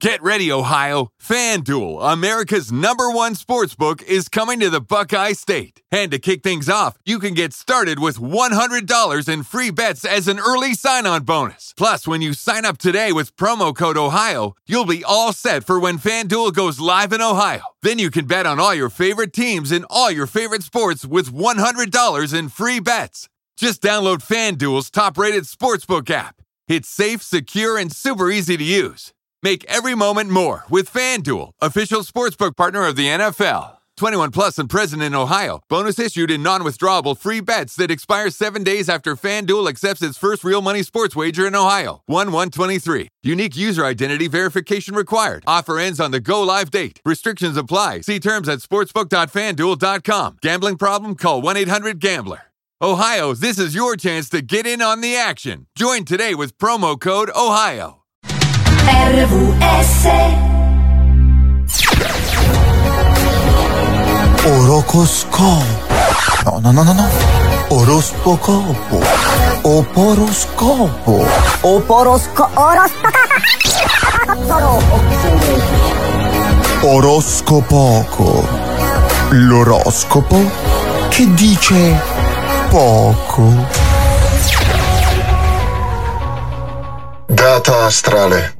Get ready, Ohio. FanDuel, America's #1 sportsbook, is coming to the Buckeye State. And to kick things off, you can get started with $100 in free bets as an early sign-on bonus. Plus, when you sign up today with promo code Ohio, you'll be all set for when FanDuel goes live in Ohio. Then you can bet on all your favorite teams and all your favorite sports with $100 in free bets. Just download FanDuel's top-rated sportsbook app. It's safe, secure, and super easy to use. Make every moment more with FanDuel, official sportsbook partner of the NFL. 21 plus and present in Ohio. Bonus issued in non-withdrawable free bets that expire 7 days after FanDuel accepts its first real money sports wager in Ohio. 1/1/23. Unique user identity verification required. Offer ends on the go live date. Restrictions apply. See terms at sportsbook.fanduel.com. Gambling problem? Call 1-800-GAMBLER. Ohio, this is your chance to get in on the action. Join today with promo code Ohio. RVS Orocoscopo. No. Oroscopo. Oporoscopo. Oroscopoco. L'oroscopo che dice poco. Data astrale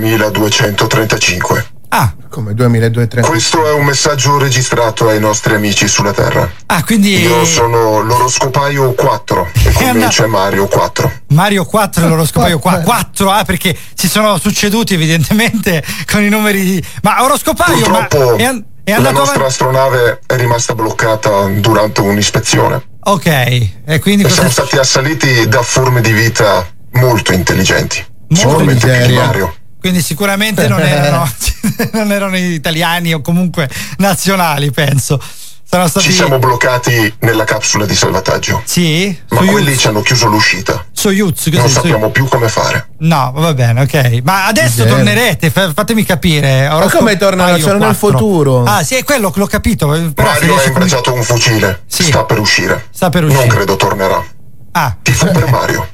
2235. Ah, come 2235? Questo è un messaggio registrato ai nostri amici sulla Terra. Ah, quindi io sono l'oroscopaio 4 e con me c'è Mario 4. Mario 4 e l'oroscopaio 4, perché si sono succeduti evidentemente con i numeri. Ma oroscopaio, purtroppo è la nostra astronave è rimasta bloccata durante un'ispezione. Ok, e quindi siamo stati assaliti da forme di vita molto intelligenti. Sicuramente Mario. Quindi sicuramente non erano italiani o comunque nazionali, penso. Ci siamo bloccati nella capsula di salvataggio. Sì? Ma quelli ci hanno chiuso l'uscita. Non sappiamo più come fare. No, va bene, ok. Ma adesso tornerete, fatemi capire. Ma come tornano? Sono nel futuro. Ah, sì, è quello che l'ho capito. Però Mario ha imbracciato un fucile. Sì. Sta per uscire. Non credo tornerà. Tifo per Mario.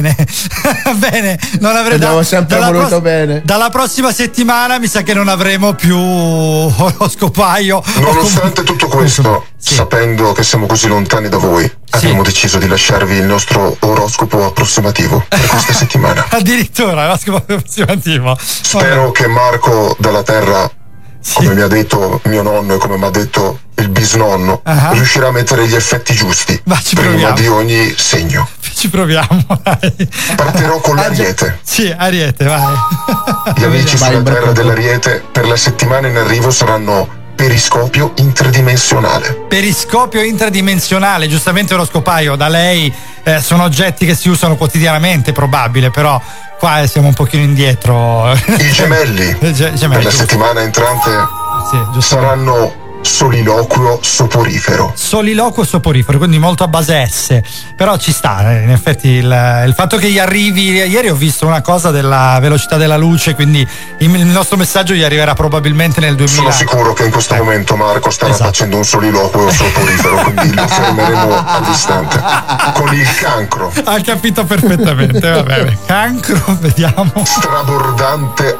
Bene, non avrei sempre voluto bene. Dalla prossima settimana mi sa che non avremo più oroscopaio. Nonostante tutto questo, sapendo che siamo così lontani da voi, abbiamo deciso di lasciarvi il nostro oroscopo approssimativo per questa settimana. Addirittura l'oroscopo approssimativo. Spero che Marco dalla Terra, come mi ha detto mio nonno e come mi ha detto il bisnonno, riuscirà a mettere gli effetti giusti prima di ogni segno. Ci proviamo, dai. Partirò con l'Ariete. Sì, Ariete, vai. Gli amici sulla Terra dell'Ariete per la settimana in arrivo saranno periscopio interdimensionale. Periscopio interdimensionale, giustamente oroscopaio, da lei sono oggetti che si usano quotidianamente, probabile, però qua siamo un pochino indietro. I gemelli, per la settimana entrante saranno soliloquio soporifero. Soliloquio soporifero, quindi molto a base S, però ci sta, in effetti il fatto che gli arrivi. Ieri ho visto una cosa della velocità della luce, quindi il nostro messaggio gli arriverà probabilmente nel 2000. Sono sicuro che in questo momento Marco starà facendo un soliloquio soporifero, quindi lo fermeremo all'istante con il cancro. Ha capito perfettamente, va bene. Cancro, vediamo. Strabordante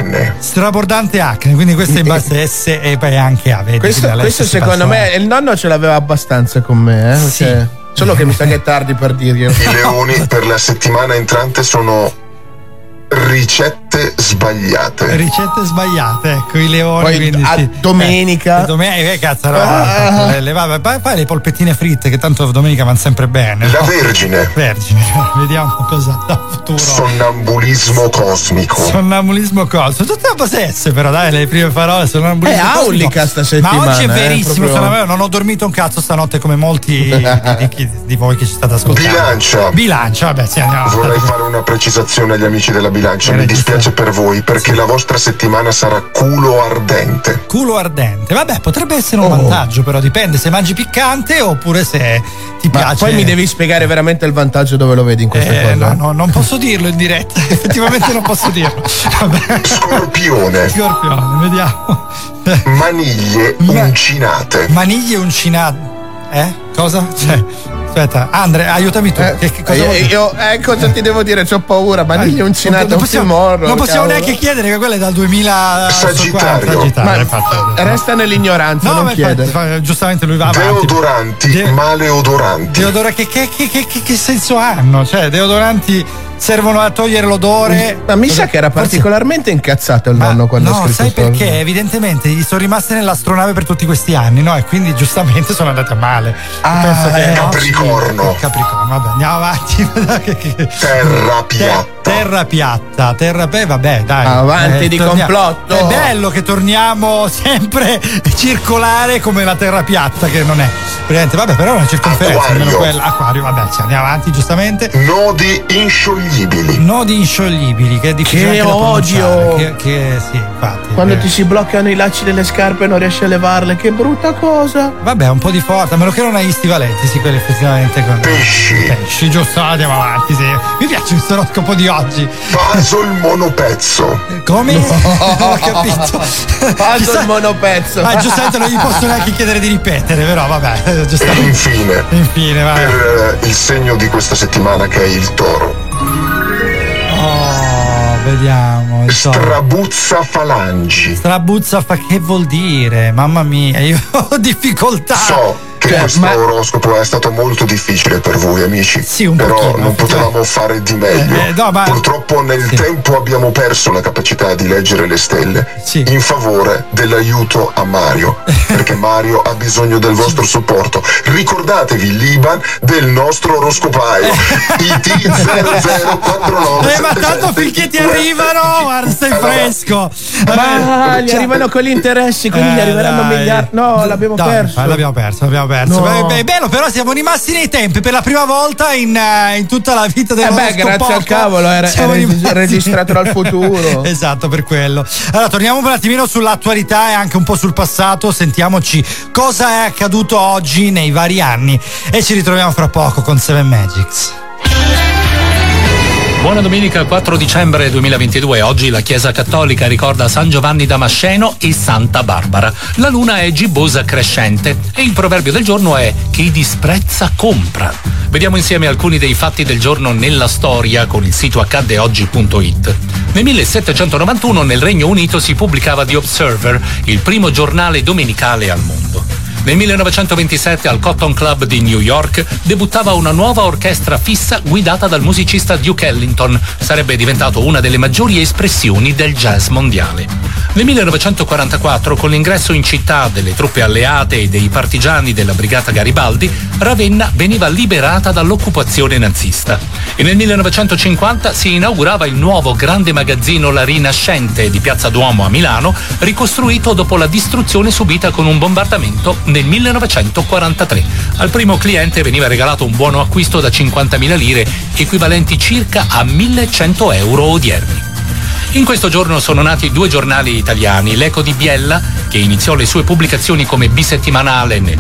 acne, quindi questa è in base S e poi anche A, vedi? Questo secondo me il nonno ce l'aveva abbastanza con me, solo che mi sa che è tardi per dirglielo. I leoni per la settimana entrante sono ricette sbagliate, ecco, i leoni. Poi quindi domenica cazzo, poi le polpettine fritte che tanto domenica vanno sempre bene. La Vergine, vediamo cosa da futuro. Sonnambulismo cosmico, tutte a base S, però dai, le prime parole. Sonnambulismo aulica sta settimana. Ma oggi è verissimo, non ho dormito un cazzo stanotte come molti di voi che ci state ascoltando. Bilancia, vabbè, sì, andiamo. Vorrei fare una precisazione agli amici della Bilancia, mi dispiace per voi perché la vostra settimana sarà culo ardente, vabbè, potrebbe essere un vantaggio, però dipende se mangi piccante oppure se ti piace. Poi mi devi spiegare veramente il vantaggio, dove lo vedi in questa cosa. No, non posso dirlo in diretta, effettivamente non posso dirlo. Vabbè. Scorpione, vediamo. Maniglie uncinate. Cosa? Aspetta, Andre, aiutami tu. Cosa ti devo dire? C'ho paura, ma digli uncinata un film horror. Non possiamo neanche chiedere che quella è dal 2000. Sagittario. Resta nell'ignoranza, non chiedere. Giustamente lui va avanti. Deodoranti, maleodoranti. Che senso hanno? Cioè, deodoranti servono a togliere l'odore. Ma mi sa che era particolarmente incazzato il nonno quando ha scritto. No, sai perché? Evidentemente gli sono rimaste nell'astronave per tutti questi anni, no? E quindi giustamente sono andate a male. Penso che Capricorno. Capricorno, vabbè, andiamo avanti. Terra piatta. Vabbè, dai. Avanti di complotto. È bello che torniamo sempre circolare come la terra piatta, che non è. Vabbè, però è una circonferenza, almeno quella. Acquario, vabbè, andiamo avanti, giustamente. Nodi inscioglibili, che è difficile. Che odio! Che sì, infatti. Quando ti si bloccano i lacci delle scarpe e non riesci a levarle, che brutta cosa. Vabbè, un po' di forza, a meno che non hai gli stivaletti, sì, quelli effettivamente con. Pesci, giusto, andiamo avanti, sì. Mi piace questo oroscopo di oggi. Puzzle monopezzo. Come? Non ho capito. Puzzle monopezzo. Giustamente non gli posso neanche chiedere di ripetere, però vabbè, giustamente. Infine, vai. Per il segno di questa settimana, che è il Toro. Vediamo. Strabuzza falangi. Che vuol dire? Mamma mia, io ho difficoltà. So che questo oroscopo è stato molto difficile per voi, amici. Sì, un però pochino, non potevamo fare di meglio. Purtroppo nel tempo abbiamo perso la capacità di leggere le stelle in favore dell'aiuto a Mario, perché Mario ha bisogno del vostro supporto. Ricordatevi l'IBAN del nostro oroscopaio, IT0049. Ma tanto finché ti arrivano, guarda, stai fresco. Gli arrivano con gli interessi, quindi gli arriveranno miliardi. No, l'abbiamo perso. L'abbiamo perso. No. È bello, però siamo rimasti nei tempi per la prima volta in tutta la vita del grazie al cavolo, era registrato dal futuro. Esatto, per quello. Allora, torniamo un attimino sull'attualità e anche un po' sul passato. Sentiamoci cosa è accaduto oggi nei vari anni e ci ritroviamo fra poco con Seven Magics. Buona domenica 4 dicembre 2022. Oggi la Chiesa Cattolica ricorda San Giovanni Damasceno e Santa Barbara. La luna è gibbosa crescente e il proverbio del giorno è: chi disprezza compra. Vediamo insieme alcuni dei fatti del giorno nella storia con il sito accaddeoggi.it. Nel 1791 nel Regno Unito si pubblicava The Observer, il primo giornale domenicale al mondo. Nel 1927 al Cotton Club di New York debuttava una nuova orchestra fissa guidata dal musicista Duke Ellington. Sarebbe diventato una delle maggiori espressioni del jazz mondiale. Nel 1944, con l'ingresso in città delle truppe alleate e dei partigiani della Brigata Garibaldi, Ravenna veniva liberata dall'occupazione nazista. E nel 1950 si inaugurava il nuovo grande magazzino La Rinascente di Piazza Duomo a Milano, ricostruito dopo la distruzione subita con un bombardamento nel 1943. Al primo cliente veniva regalato un buono acquisto da 50.000 lire, equivalenti circa a 1.100 euro odierni. In questo giorno sono nati due giornali italiani, l'Eco di Biella, che iniziò le sue pubblicazioni come bisettimanale nel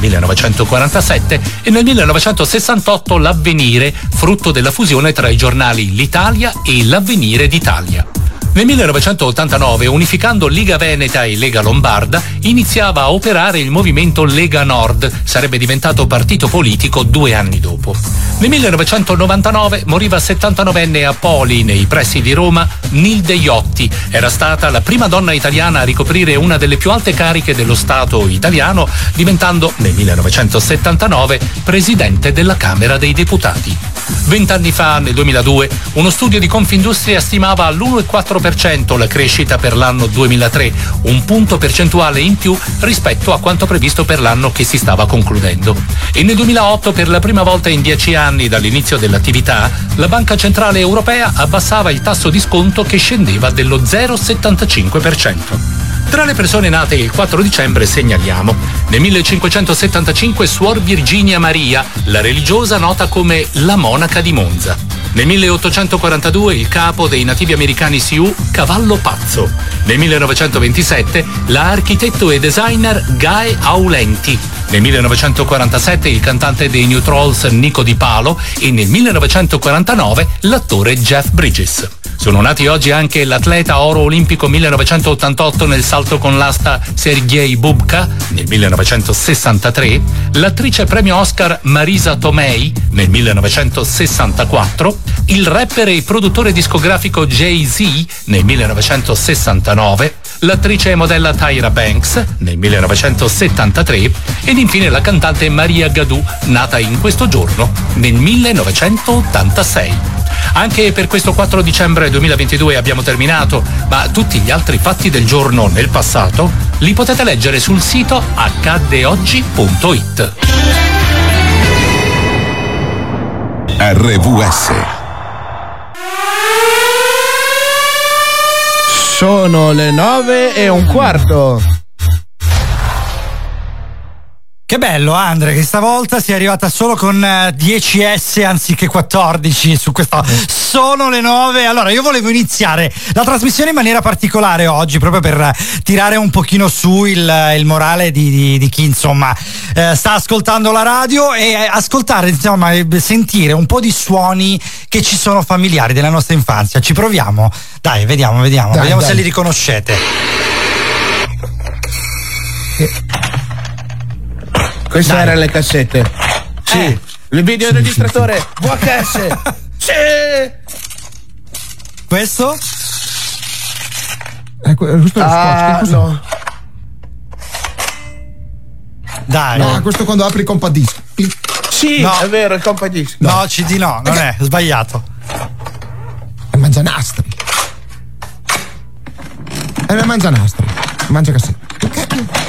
1947, e nel 1968 L'Avvenire, frutto della fusione tra i giornali L'Italia e L'Avvenire d'Italia. Nel 1989, unificando Liga Veneta e Lega Lombarda, iniziava a operare il movimento Lega Nord, sarebbe diventato partito politico 2 anni dopo. Nel 1999 moriva 79enne a Poli, nei pressi di Roma, Nilde Iotti. Era stata la prima donna italiana a ricoprire una delle più alte cariche dello Stato italiano, diventando nel 1979 presidente della Camera dei Deputati. 20 anni fa, nel 2002, uno studio di Confindustria stimava all'1,4% la crescita per l'anno 2003, un punto percentuale in più rispetto a quanto previsto per l'anno che si stava concludendo. E nel 2008, per la prima volta in 10 anni dall'inizio dell'attività, la Banca Centrale Europea abbassava il tasso di sconto che scendeva dello 0,75%. Tra le persone nate il 4 dicembre segnaliamo: nel 1575 Suor Virginia Maria, la religiosa nota come la monaca di Monza. Nel 1842 il capo dei nativi americani Sioux, Cavallo Pazzo. Nel 1927 l'architetto e designer Guy Aulenti. Nel 1947 il cantante dei New Trolls Nico Di Palo e nel 1949 l'attore Jeff Bridges. Sono nati oggi anche l'atleta oro olimpico 1988 nel salto con l'asta Sergei Bubka nel 1963, l'attrice premio Oscar Marisa Tomei nel 1964, il rapper e produttore discografico Jay-Z nel 1969, l'attrice e modella Tyra Banks nel 1973 ed infine la cantante Maria Gadou, nata in questo giorno nel 1986. Anche per questo 4 dicembre 2022 abbiamo terminato, ma tutti gli altri fatti del giorno nel passato li potete leggere sul sito accaddeoggi.it. RVS. Sono le 9:15. Che bello, Andre, che stavolta si è arrivata solo con 10 S anziché 14 su questa. Sono le 9. Allora, io volevo iniziare la trasmissione in maniera particolare oggi, proprio per tirare un pochino su il morale di chi, insomma, sta ascoltando la radio e ascoltare, insomma, sentire un po' di suoni che ci sono familiari della nostra infanzia. Ci proviamo? Dai, vediamo se li riconoscete. Queste erano le cassette. Sì. Il videoregistratore. VHS. Sì. Questo? Questo è lo scotch. No. Dai. No, questo quando apri il compadisco. Sì, no. È vero, il compadisco. No, CD no, non è, sbagliato. Mangia nastri. Mangia nastri. Mangia cassette.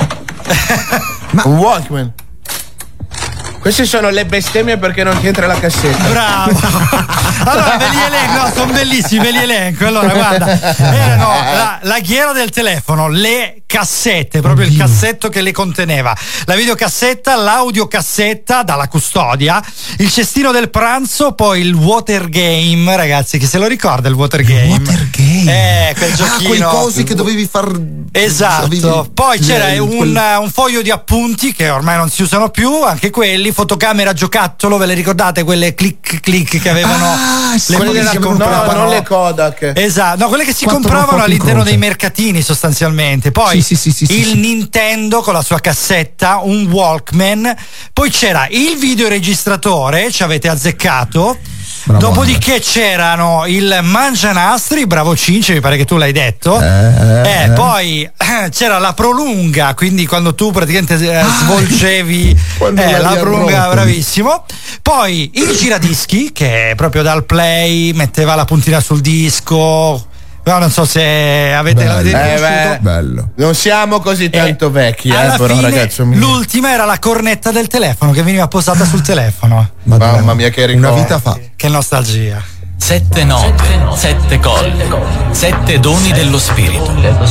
Un Walkman. Queste sono le bestemmie perché non ti entra la cassetta. Bravo. Allora ve li elenco, no, sono bellissimi, ve li elenco. Allora guarda, erano la ghiera del telefono, le cassette, proprio il cassetto che le conteneva, la videocassetta, l'audiocassetta dalla custodia, il cestino del pranzo, poi il water game, ragazzi, chi se lo ricorda il water game? Water game. Quel giochino. Quei cosi che dovevi far. Esatto. Poi c'era un foglio di appunti che ormai non si usano più, anche quelli, fotocamera giocattolo, ve le ricordate quelle click che avevano quelle della non le Kodak. Esatto, no, quelle che si compravano all'interno dei mercatini sostanzialmente. Poi il Nintendo con la sua cassetta, un Walkman, poi c'era il videoregistratore, ci avete azzeccato. Bravo. Dopodiché c'erano il mangianastri, bravo Cince, mi pare che tu l'hai detto. Poi c'era la prolunga, quindi quando tu praticamente svolgevi la prolunga, bravissimo. Poi il giradischi, che proprio dal play metteva la puntina sul disco. No, non so se l'avete conosciuto. Bello. Non siamo così tanto vecchi, però fine, ragazzo. L'ultima era la cornetta del telefono che veniva posata sul telefono. Mamma mia, che ricordo. Una vita fa. Che nostalgia. 7 note, 7 colli, 7 doni dello spirito.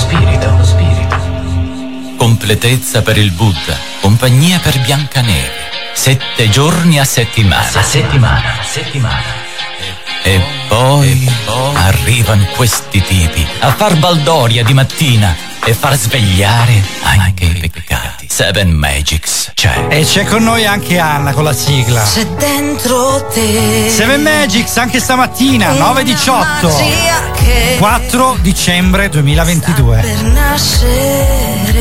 Completezza per il Buddha, compagnia per Biancaneve. 7 giorni a settimana. E poi arrivano questi tipi a far baldoria di mattina e far svegliare anche i peccati. 7 Magics c'è. E c'è con noi anche Anna con la sigla. C'è dentro te 7 Magics anche stamattina 9:18 4 dicembre 2022. per nascere.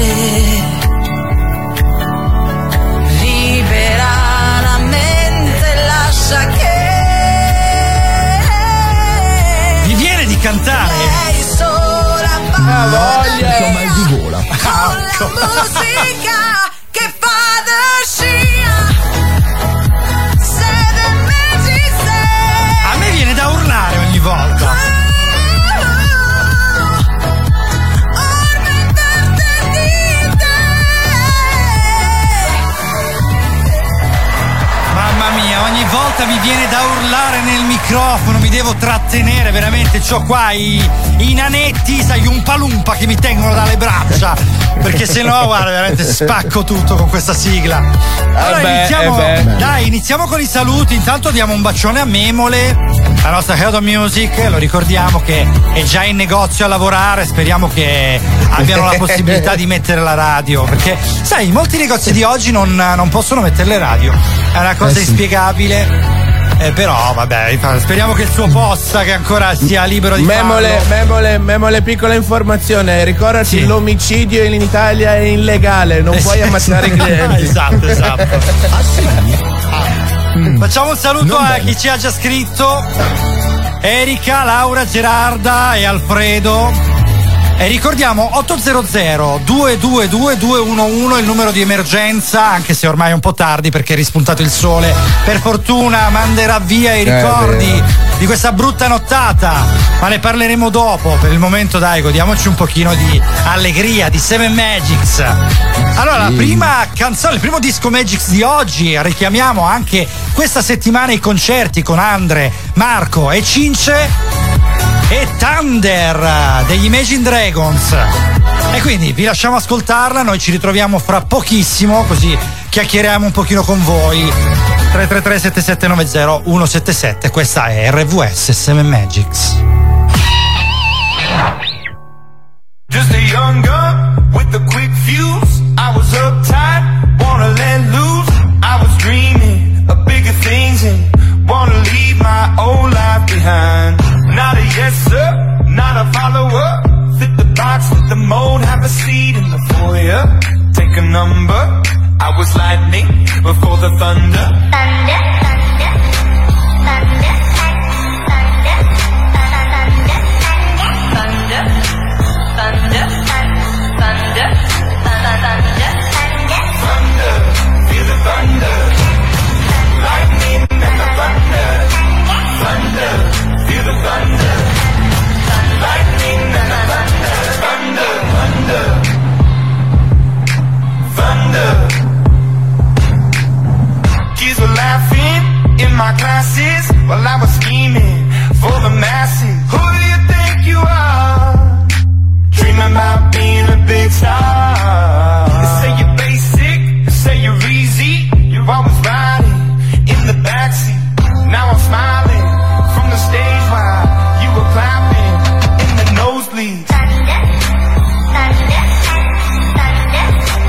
Libera la mente, lascia che Mi viene di cantare. lei sola Voglia. Ho mal di gola. con la musica che fa the scia. 7 Magics. A me viene da urlare ogni volta. Mamma mia, ogni volta mi viene da urlare nel microfono, mi devo trattenere veramente, c'ho qua i nanetti, sai, un palumpa che mi tengono dalle braccia, perché sennò guarda veramente spacco tutto con questa sigla. Allora iniziamo con i saluti. Intanto diamo un bacione a Memole, la nostra Head of Music, lo ricordiamo che è già in negozio a lavorare, speriamo che abbiano la possibilità di mettere la radio, perché sai, molti negozi di oggi non possono mettere le radio, è una cosa inspiegabile. Però vabbè, speriamo che il suo possa, che ancora sia libero di farlo. Memole, piccola informazione, ricordati, l'omicidio in Italia è illegale, non puoi ammazzare i clienti. Esatto. Facciamo un saluto a chi ci ha già scritto: Erika, Laura, Gerarda e Alfredo. E ricordiamo 800-222-211 il numero di emergenza, anche se ormai è un po' tardi perché è rispuntato il sole. Per fortuna manderà via i ricordi di questa brutta nottata, ma ne parleremo dopo. Per il momento dai, godiamoci un pochino di allegria, di Seven Magics. Allora, la prima canzone, il primo disco Magics di oggi, richiamiamo anche questa settimana i concerti con Andre, Marco e Cince e Thunder degli Imagine Dragons. E quindi vi lasciamo ascoltarla, noi ci ritroviamo fra pochissimo, così chiacchieriamo un pochino con voi. 333 7790 177, questa è RVS 7 Magics. Just a young gun with a quick fuse. I was uptight, wanna let loose. I was dreaming of bigger things and wanna leave my old life behind. Not a yes sir, not a follower. Fit the box, fit the mold, have a seat in the foyer. Take a number, I was lightning before the thunder. Thunder, thunder, thunder, thunder, thunder, thunder, thunder, thunder, feel the thunder. Lightning and the thunder. Thunder, feel the thunder. Lightning and the thunder. Thunder, thunder, thunder. Kids were laughing in my classes while I was scheming for the masses. Who do you think you are? Dreaming about being a big star. They say you're basic, they say you're easy. You're always riding in the backseat. Now I'm smiling from the stage while you were clapping in the nosebleeds. Thunder, thunder, thunder,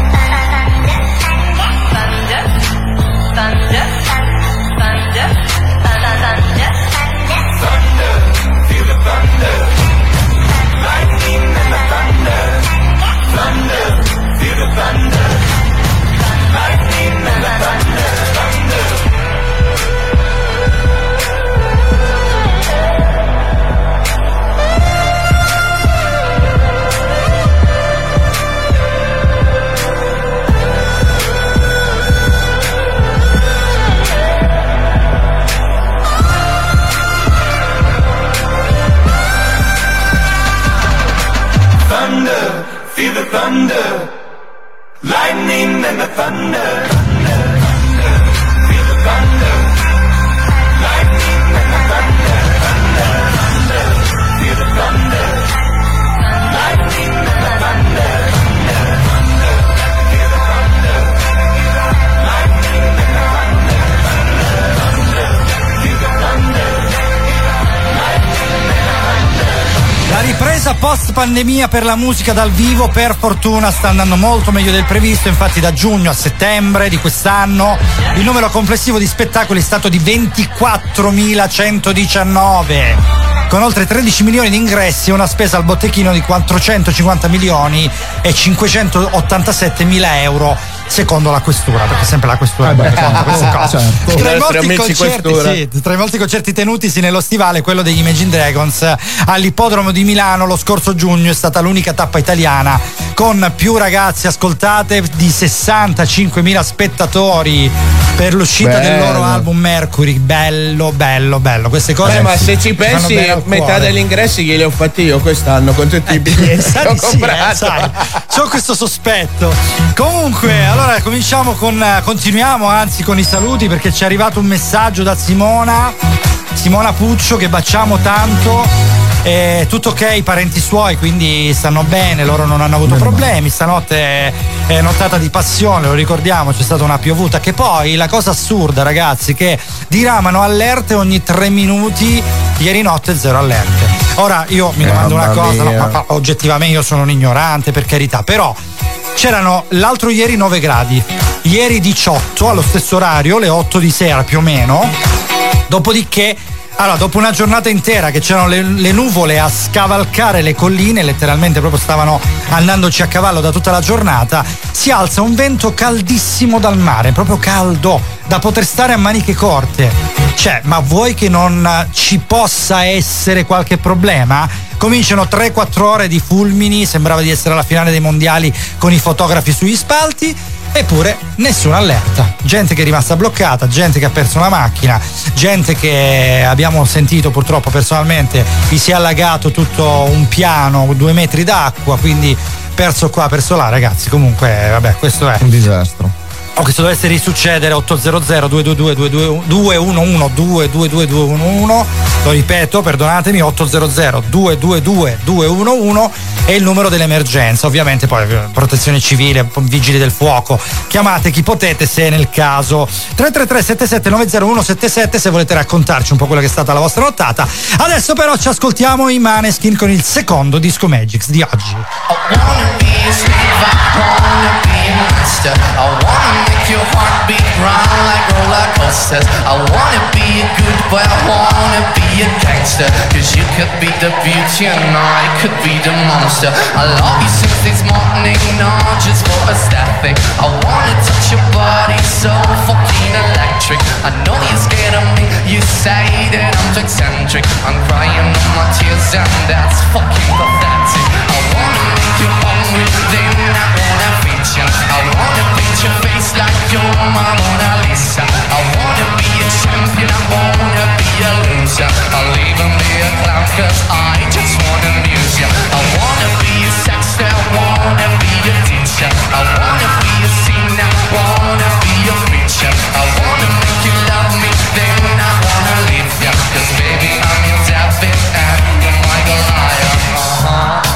thunder, thunder, thunder, thunder, thunder, feel the thunder. Lightning and the thunder. Thunder, feel the thunder. Lightning and the thunder. Thunder. Thunder, feel the thunder, lightning and the thunder. Thunder, thunder, feel the thunder, lightning and the thunder. Thunder, thunder, feel the thunder, lightning and the thunder. Thunder, thunder, feel the thunder, lightning and the thunder. Thunder, feel the thunder, lightning and the thunder. La ripresa post pandemia per la musica dal vivo per fortuna sta andando molto meglio del previsto, infatti da giugno a settembre di quest'anno il numero complessivo di spettacoli è stato di 24.119, con oltre 13 milioni di ingressi e una spesa al botteghino di 450 milioni e 587 mila euro secondo la questura, perché sempre la questura conta queste cose. Certo. Tra i molti concerti tenutisi nello stivale, quello degli Imagine Dragons all'Ippodromo di Milano lo scorso giugno è stata l'unica tappa italiana con più ragazzi ascoltate di 65.000 spettatori per l'uscita del loro album Mercury. Bello queste cose. Ma se ci pensi, metà degli ingressi glieli ho fatti io quest'anno con tutti i biglietti che ho comprato. Sai, c'ho questo sospetto. Comunque, allora continuiamo con i saluti, perché ci è arrivato un messaggio da Simona Simona Puccio, che baciamo tanto. Tutto ok, i parenti suoi quindi stanno bene, loro non hanno avuto problemi. Stanotte è nottata di passione, lo ricordiamo, c'è stata una piovuta. Che poi la cosa assurda, ragazzi, che diramano allerte ogni 3 minuti. Ieri notte 0 allerte. Ora io mi domando una cosa, no, ma oggettivamente io sono un ignorante, per carità, però c'erano l'altro ieri 9 gradi, ieri 18 allo stesso orario, le 8 di sera più o meno. Dopodiché, allora, dopo una giornata intera che c'erano le nuvole a scavalcare le colline, letteralmente proprio stavano andandoci a cavallo da tutta la giornata, si alza un vento caldissimo dal mare, proprio caldo, da poter stare a maniche corte. Cioè, ma vuoi che non ci possa essere qualche problema? Cominciano 3-4 ore di fulmini, sembrava di essere alla finale dei mondiali con i fotografi sugli spalti. Eppure nessuna allerta, gente che è rimasta bloccata, gente che ha perso una macchina, gente che abbiamo sentito purtroppo personalmente gli si è allagato tutto un piano, 2 metri d'acqua, quindi perso qua, perso là, ragazzi. Comunque vabbè, questo è un disastro. O che se dovesse risuccedere 800-222-211, lo ripeto, perdonatemi, 800-222-211 è il numero dell'emergenza. Ovviamente poi protezione civile, vigili del fuoco, chiamate chi potete se nel caso. 333-7790-177 se volete raccontarci un po' quella che è stata la vostra nottata. Adesso però ci ascoltiamo i Maneskin con il secondo Disco Magics di oggi. Make your heartbeat run like roller coasters. I wanna be a good boy, I wanna be a gangster. Cause you could be the beauty and I could be the monster. I love you since this morning, not just for aesthetic. I wanna touch your body so fucking electric. I know you're scared of me, you say that I'm too eccentric. I'm crying on my tears and that's fucking pathetic. I wanna make you hungry, then I wanna feed you. I wanna paint your face like you're my Mona Lisa. I wanna be a champion, I wanna be a loser. I'll even be a clown cause I just wanna amuse you. I wanna be a sexter, I wanna be a teacher. I wanna be a singer, I wanna be a preacher. I wanna make you love me, then I wanna leave you. Cause baby I'm your David and you're my Goliath.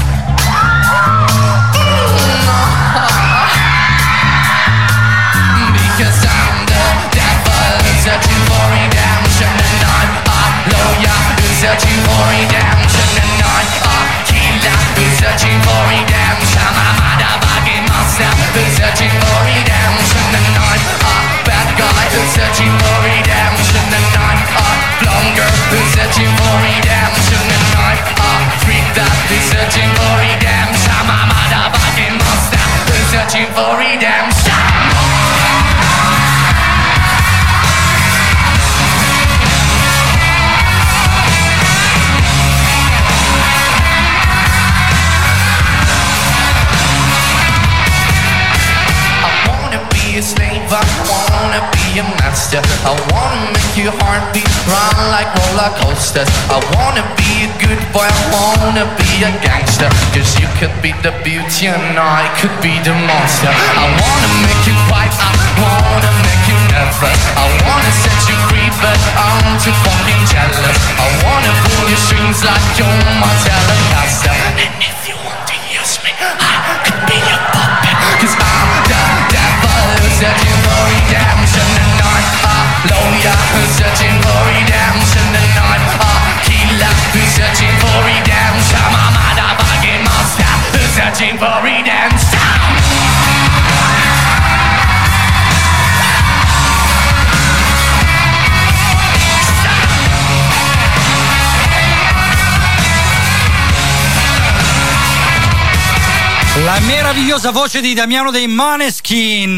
Because I'm the devil searching for redemption, and I'm a lawyer who's searching for redemption, and I'm a killer who's searching for redemption. I'm a motherfucking monster who's searching for redemption, and I'm a bad guy who's searching for redemption, and I'm a blonde girl who's searching for redemption, and I'm a freak that is searching for redemption. I'm a motherfucking monster who's searching for redemption. A slave, I wanna be a master. I wanna make your heartbeat run like roller coasters. I wanna be a good boy, I wanna be a gangster. Cause you could be the beauty and I could be the monster. I wanna make you fight, I wanna make you nervous. I wanna set you free but I'm too fucking jealous. I wanna pull your strings like you're my Telecaster. And if you want to use me, I could be your puppet. Cause I'm the devil searching for redemption, and I'm a lawyer who's searching for redemption, and I'm a killer who's searching for redemption. I'm a motherfucking monster who's searching for redemption. La meravigliosa voce di Damiano dei Maneskin.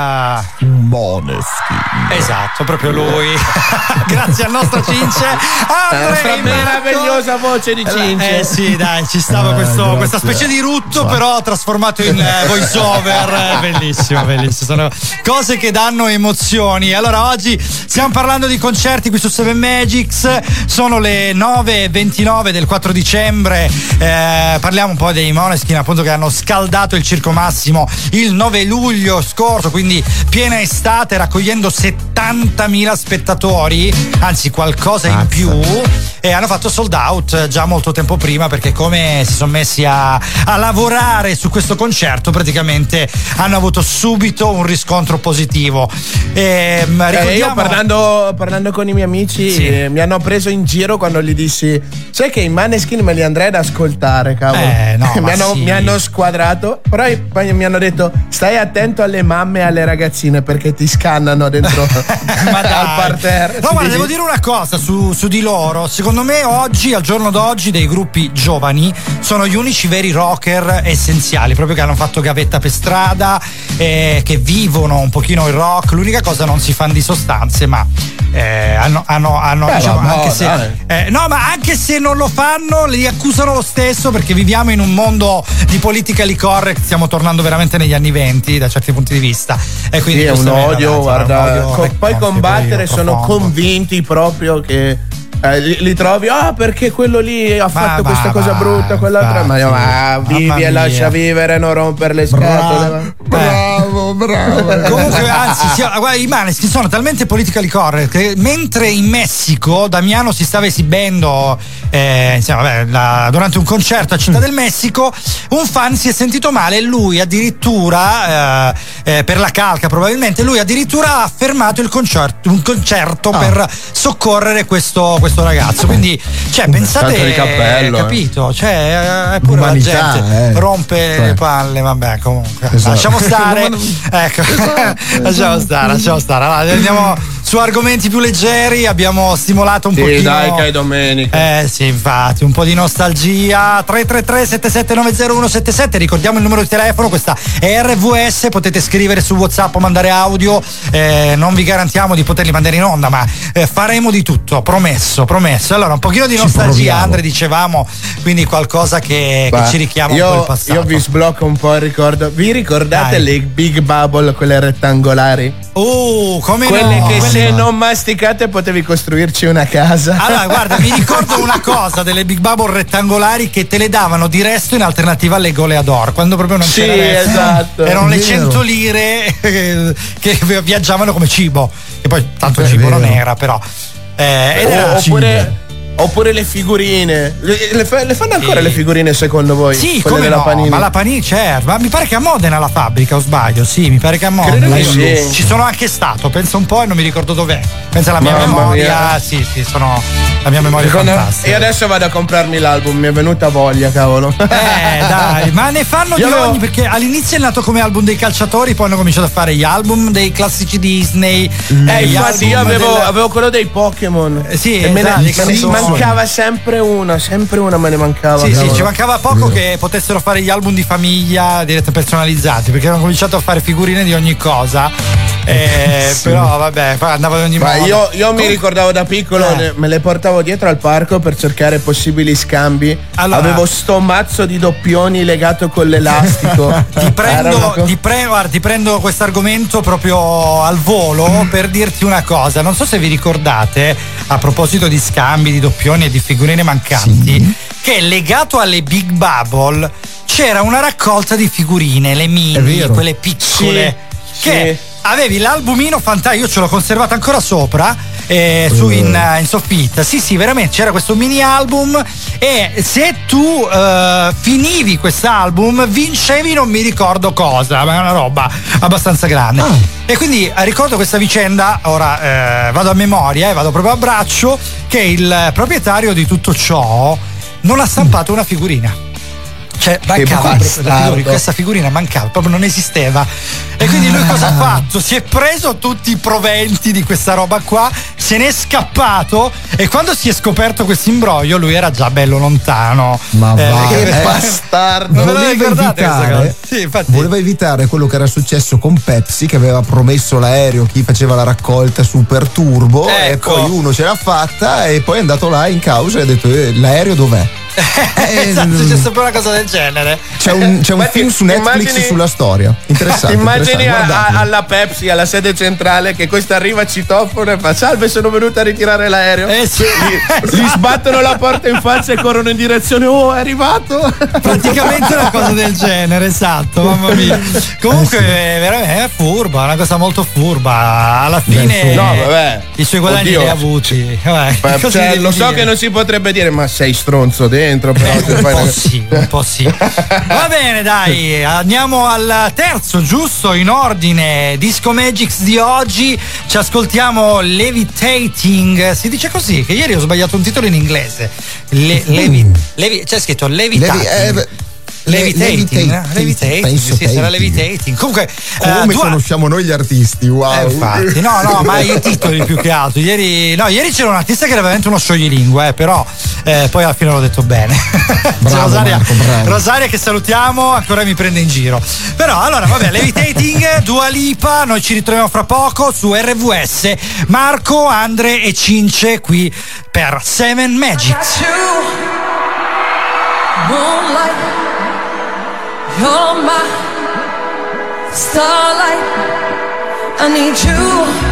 Esatto, proprio lui. Grazie al nostro Cince. La meravigliosa voce di Cince. Sì, dai, ci stava questa specie di rutto, però trasformato in voice over. Bellissimo, bellissimo. Sono cose che danno emozioni. Allora, oggi stiamo parlando di concerti qui su 7 Magics. Sono le 9:29 del 4 dicembre. Parliamo un po' dei Maneskin, appunto, che hanno scaldato il Circo Massimo il 9 luglio scorso, quindi piena estate, raccogliendo 70.000 spettatori, anzi qualcosa in più, e hanno fatto sold out già molto tempo prima, perché come si sono messi a lavorare su questo concerto praticamente hanno avuto subito un riscontro positivo. Io parlando con i miei amici mi hanno preso in giro quando gli dissi: sai che i Maneskin me li andrei ad ascoltare, cavolo. Mi hanno squadrato, però poi mi hanno detto: stai attento alle mamme e alle ragazzine perché ti scannano dentro al parterre. No, guarda, devo dire una cosa su di loro. Secondo me oggi, al giorno d'oggi, dei gruppi giovani sono gli unici veri rocker essenziali, proprio che hanno fatto gavetta per strada, che vivono un pochino il rock. L'unica cosa, non si fanno di sostanze, ma hanno diciamo, anche se non lo fanno, li accusano lo stesso, perché viviamo in un mondo di politically correct, stiamo tornando veramente negli anni 20 da certi punti di vista, e quindi è un odio, guarda, poi combattere, sono convinti proprio che li trovi perché quello lì ha fatto questa cosa brutta, quell'altra, ma vivi e lascia vivere, non rompere le scatole. Bravo. Comunque, anzi, guarda, i Maneskin sono talmente politically correct che mentre in Messico Damiano si stava esibendo durante un concerto a Città del Messico, un fan si è sentito male e lui addirittura per la calca probabilmente lui addirittura ha fermato un concerto per soccorrere questo ragazzo. Quindi pensate di cappello, capito? È pure umanità, la gente rompe le palle, vabbè, comunque lasciamo stare. Ecco, lasciamo stare. Allora, andiamo su argomenti più leggeri. Abbiamo stimolato un pochino. Dai, che è domenica. Sì, infatti, un po' di nostalgia. 333-7790177. Ricordiamo il numero di telefono, questa è RVS, potete scrivere su WhatsApp o mandare audio. Non vi garantiamo di poterli mandare in onda, ma faremo di tutto, promesso. Allora, un pochino di nostalgia, Andre, dicevamo, quindi qualcosa che ci richiama un po' il passato. Io vi sblocco un po' il ricordo. Vi ricordate le Big Bubble, quelle rettangolari? Come quelle no? che se non masticate potevi costruirci una casa. Allora, guarda, mi ricordo una cosa delle Big Bubble rettangolari che te le davano di resto in alternativa alle Goleador, quando proprio non c'era resto. Esatto. Erano le 100 lire che viaggiavano come cibo, che poi tanto cibo non era, però oppure le figurine le fanno ancora le figurine, secondo voi? Sì, quelle come della no, Panini? ma la Panini, certo, ma mi pare che a Modena la fabbrica, o sbaglio? Sì, mi pare che a Modena. Ci sono anche stato, pensa un po' e non mi ricordo dov'è. Pensa alla mia memoria. Sì, sono la mia memoria fantastica. E adesso vado a comprarmi l'album, mi è venuta voglia, cavolo. Dai, ma ne fanno di ogni, perché all'inizio è nato come album dei calciatori, poi hanno cominciato a fare gli album dei classici Disney. Infatti io avevo quello dei Pokémon. Mancava sempre una me ne mancava. Sì, ci mancava poco che potessero fare gli album di famiglia personalizzati, perché hanno cominciato a fare figurine di ogni cosa. Però vabbè, andava di ogni modo. Io mi ricordavo da piccolo, me le portavo dietro al parco per cercare possibili scambi. Allora, avevo sto mazzo di doppioni legato con l'elastico. Ti prendo questo argomento proprio al volo per dirti una cosa. Non so se vi ricordate, a proposito di scambi di doppioni e di figurine mancanti, che legato alle Big Bubble c'era una raccolta di figurine, le mini, quelle piccole, che avevi l'albumino fantastico. Io ce l'ho conservato ancora sopra in soffitta. Sì, veramente c'era questo mini album, e se tu finivi quest'album vincevi non mi ricordo cosa, ma è una roba abbastanza grande. E quindi ricordo questa vicenda. Ora vado a memoria e vado proprio a braccio, che il proprietario di tutto ciò non ha stampato una figurina. Cioè, mancava questa figurina, mancava, proprio non esisteva. E quindi lui cosa ha fatto? Si è preso tutti i proventi di questa roba qua, se n'è scappato, e quando si è scoperto questo imbroglio lui era già bello lontano. Ma che bastardo! Voleva evitare quello che era successo con Pepsi, che aveva promesso l'aereo chi faceva la raccolta super turbo, e poi uno ce l'ha fatta e poi è andato là in causa e ha detto l'aereo dov'è? Esatto, c'è sempre una cosa del genere. C'è un film su Netflix sulla storia. Interessante. Immagini alla Pepsi, alla sede centrale, che questa arriva, citofono e fa: salve, sono venuta a ritirare l'aereo. Sì. Gli sbattono la porta in faccia e corrono in direzione. Oh, è arrivato. Praticamente una cosa del genere, esatto, mamma mia. Comunque veramente è furba, una cosa molto furba. Alla fine i suoi guadagni li ha avuti. Cioè, lo so che non si potrebbe dire, ma sei stronzo dentro, però un po' sì. Va bene, dai, andiamo al terzo, giusto, in ordine. Disco Magics di oggi. Ci ascoltiamo Levitating. Si dice così, che ieri ho sbagliato un titolo in inglese. C'è scritto Levitating. Levitating, sì, sarà Levitating. Comunque, come conosciamo noi gli artisti? Wow. Infatti, no, ma i titoli più che altro. Ieri c'era un artista che era veramente uno scioglilingua, però poi alla fine l'ho detto bene. Bravo, Marco, bravo. Rosaria, che salutiamo, ancora mi prende in giro. Però allora, vabbè, Levitating, Dua Lipa. Noi ci ritroviamo fra poco su RVS. Marco, Andre e Cince qui per Seven Magics. Moonlight, you're my starlight. I need you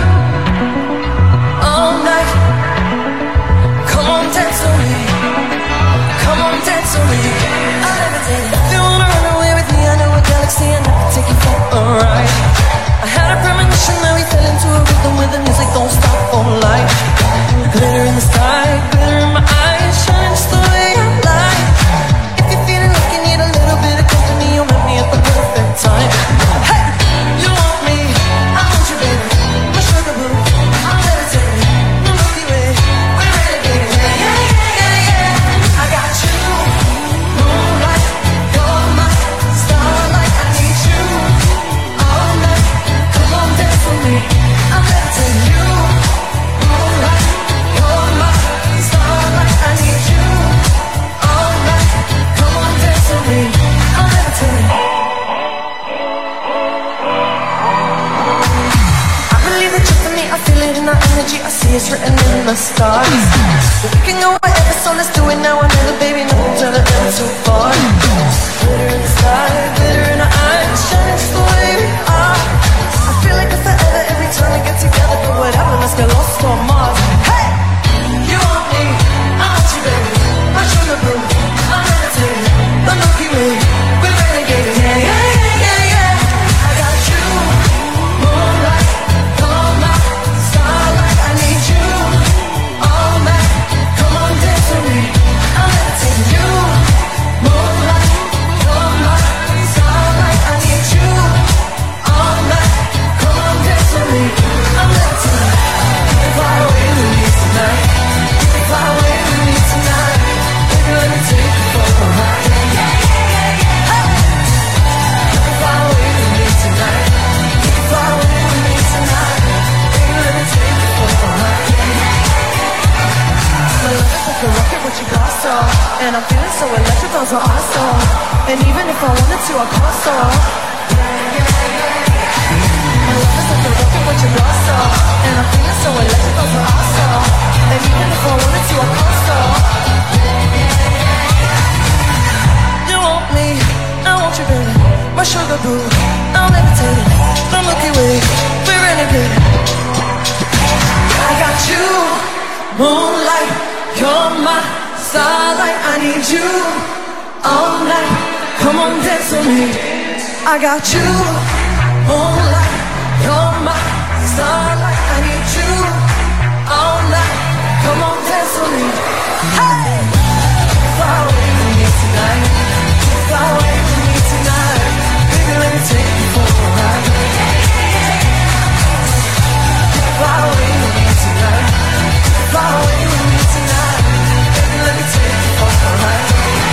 all night. Come on, dance with me. Come on, dance with me. I'll never take it. If you wanna run away with me, I know a galaxy and I can take you for a ride. I had a premonition that we fell into a rhythm where the music don't stop for life. Glitter in the sky, glitter in my eyes, shine just the way I like. At the perfect time. Hey, you want me, I want you, baby. My sugar boo, I'm levitating. The Milky Way, we're renegading. Yeah. I got you, moonlight, you're my starlight. I need you all night. Come on, dance with me. I'm levitating. You, moonlight, you're my starlight. I need you all night. Come on, dance with me. I'm levitating. I see it's written in the stars. We can go wherever, so let's do it now or never, baby. Nothing turn it ever too far. Glitter in the sky, glitter in our eyes, shine just the way we are. I feel like it's forever every time we get together. But whatever, let's get lost on Mars. Hey, you want me, I want you, baby. My sugar boo, I'm meditating. The Milky Way, we're renegading. Yeah. I got you, moonlight, you're my starlight. I need you all night. Come on, dance with me. I'm meditating. You, moonlight, you're my starlight. I need you all night. Come on, dance with me. I'm meditating. You can fly away with me tonight. You can fly away with me tonight. Baby, let me take you for a ride. You can fly away with me tonight. You can fly away with me tonight. Baby, let me take you for a ride. My love is like a rocket with your glass off, and I'm feeling so electric, those are awesome. And even if I wanted to, I can't stop. My love is like a rocket with your glass off, and I'm feeling so electric, those are awesome. And even if I wanted to, I can't stop. You want me, I want you, baby. My sugar boo, I'm levitating. The Milky Way, we're renegading. I got you, moonlight, you're my starlight. I need you all night. Come on, dance with me. I got you, moonlight, you're my starlight. I need you all night. Come on, dance with me. Hey, fly away with me tonight. Fly away with me tonight. Baby, let me take you for a ride. Fly away with me tonight. Fly away with me tonight. Baby, let me take you for a ride.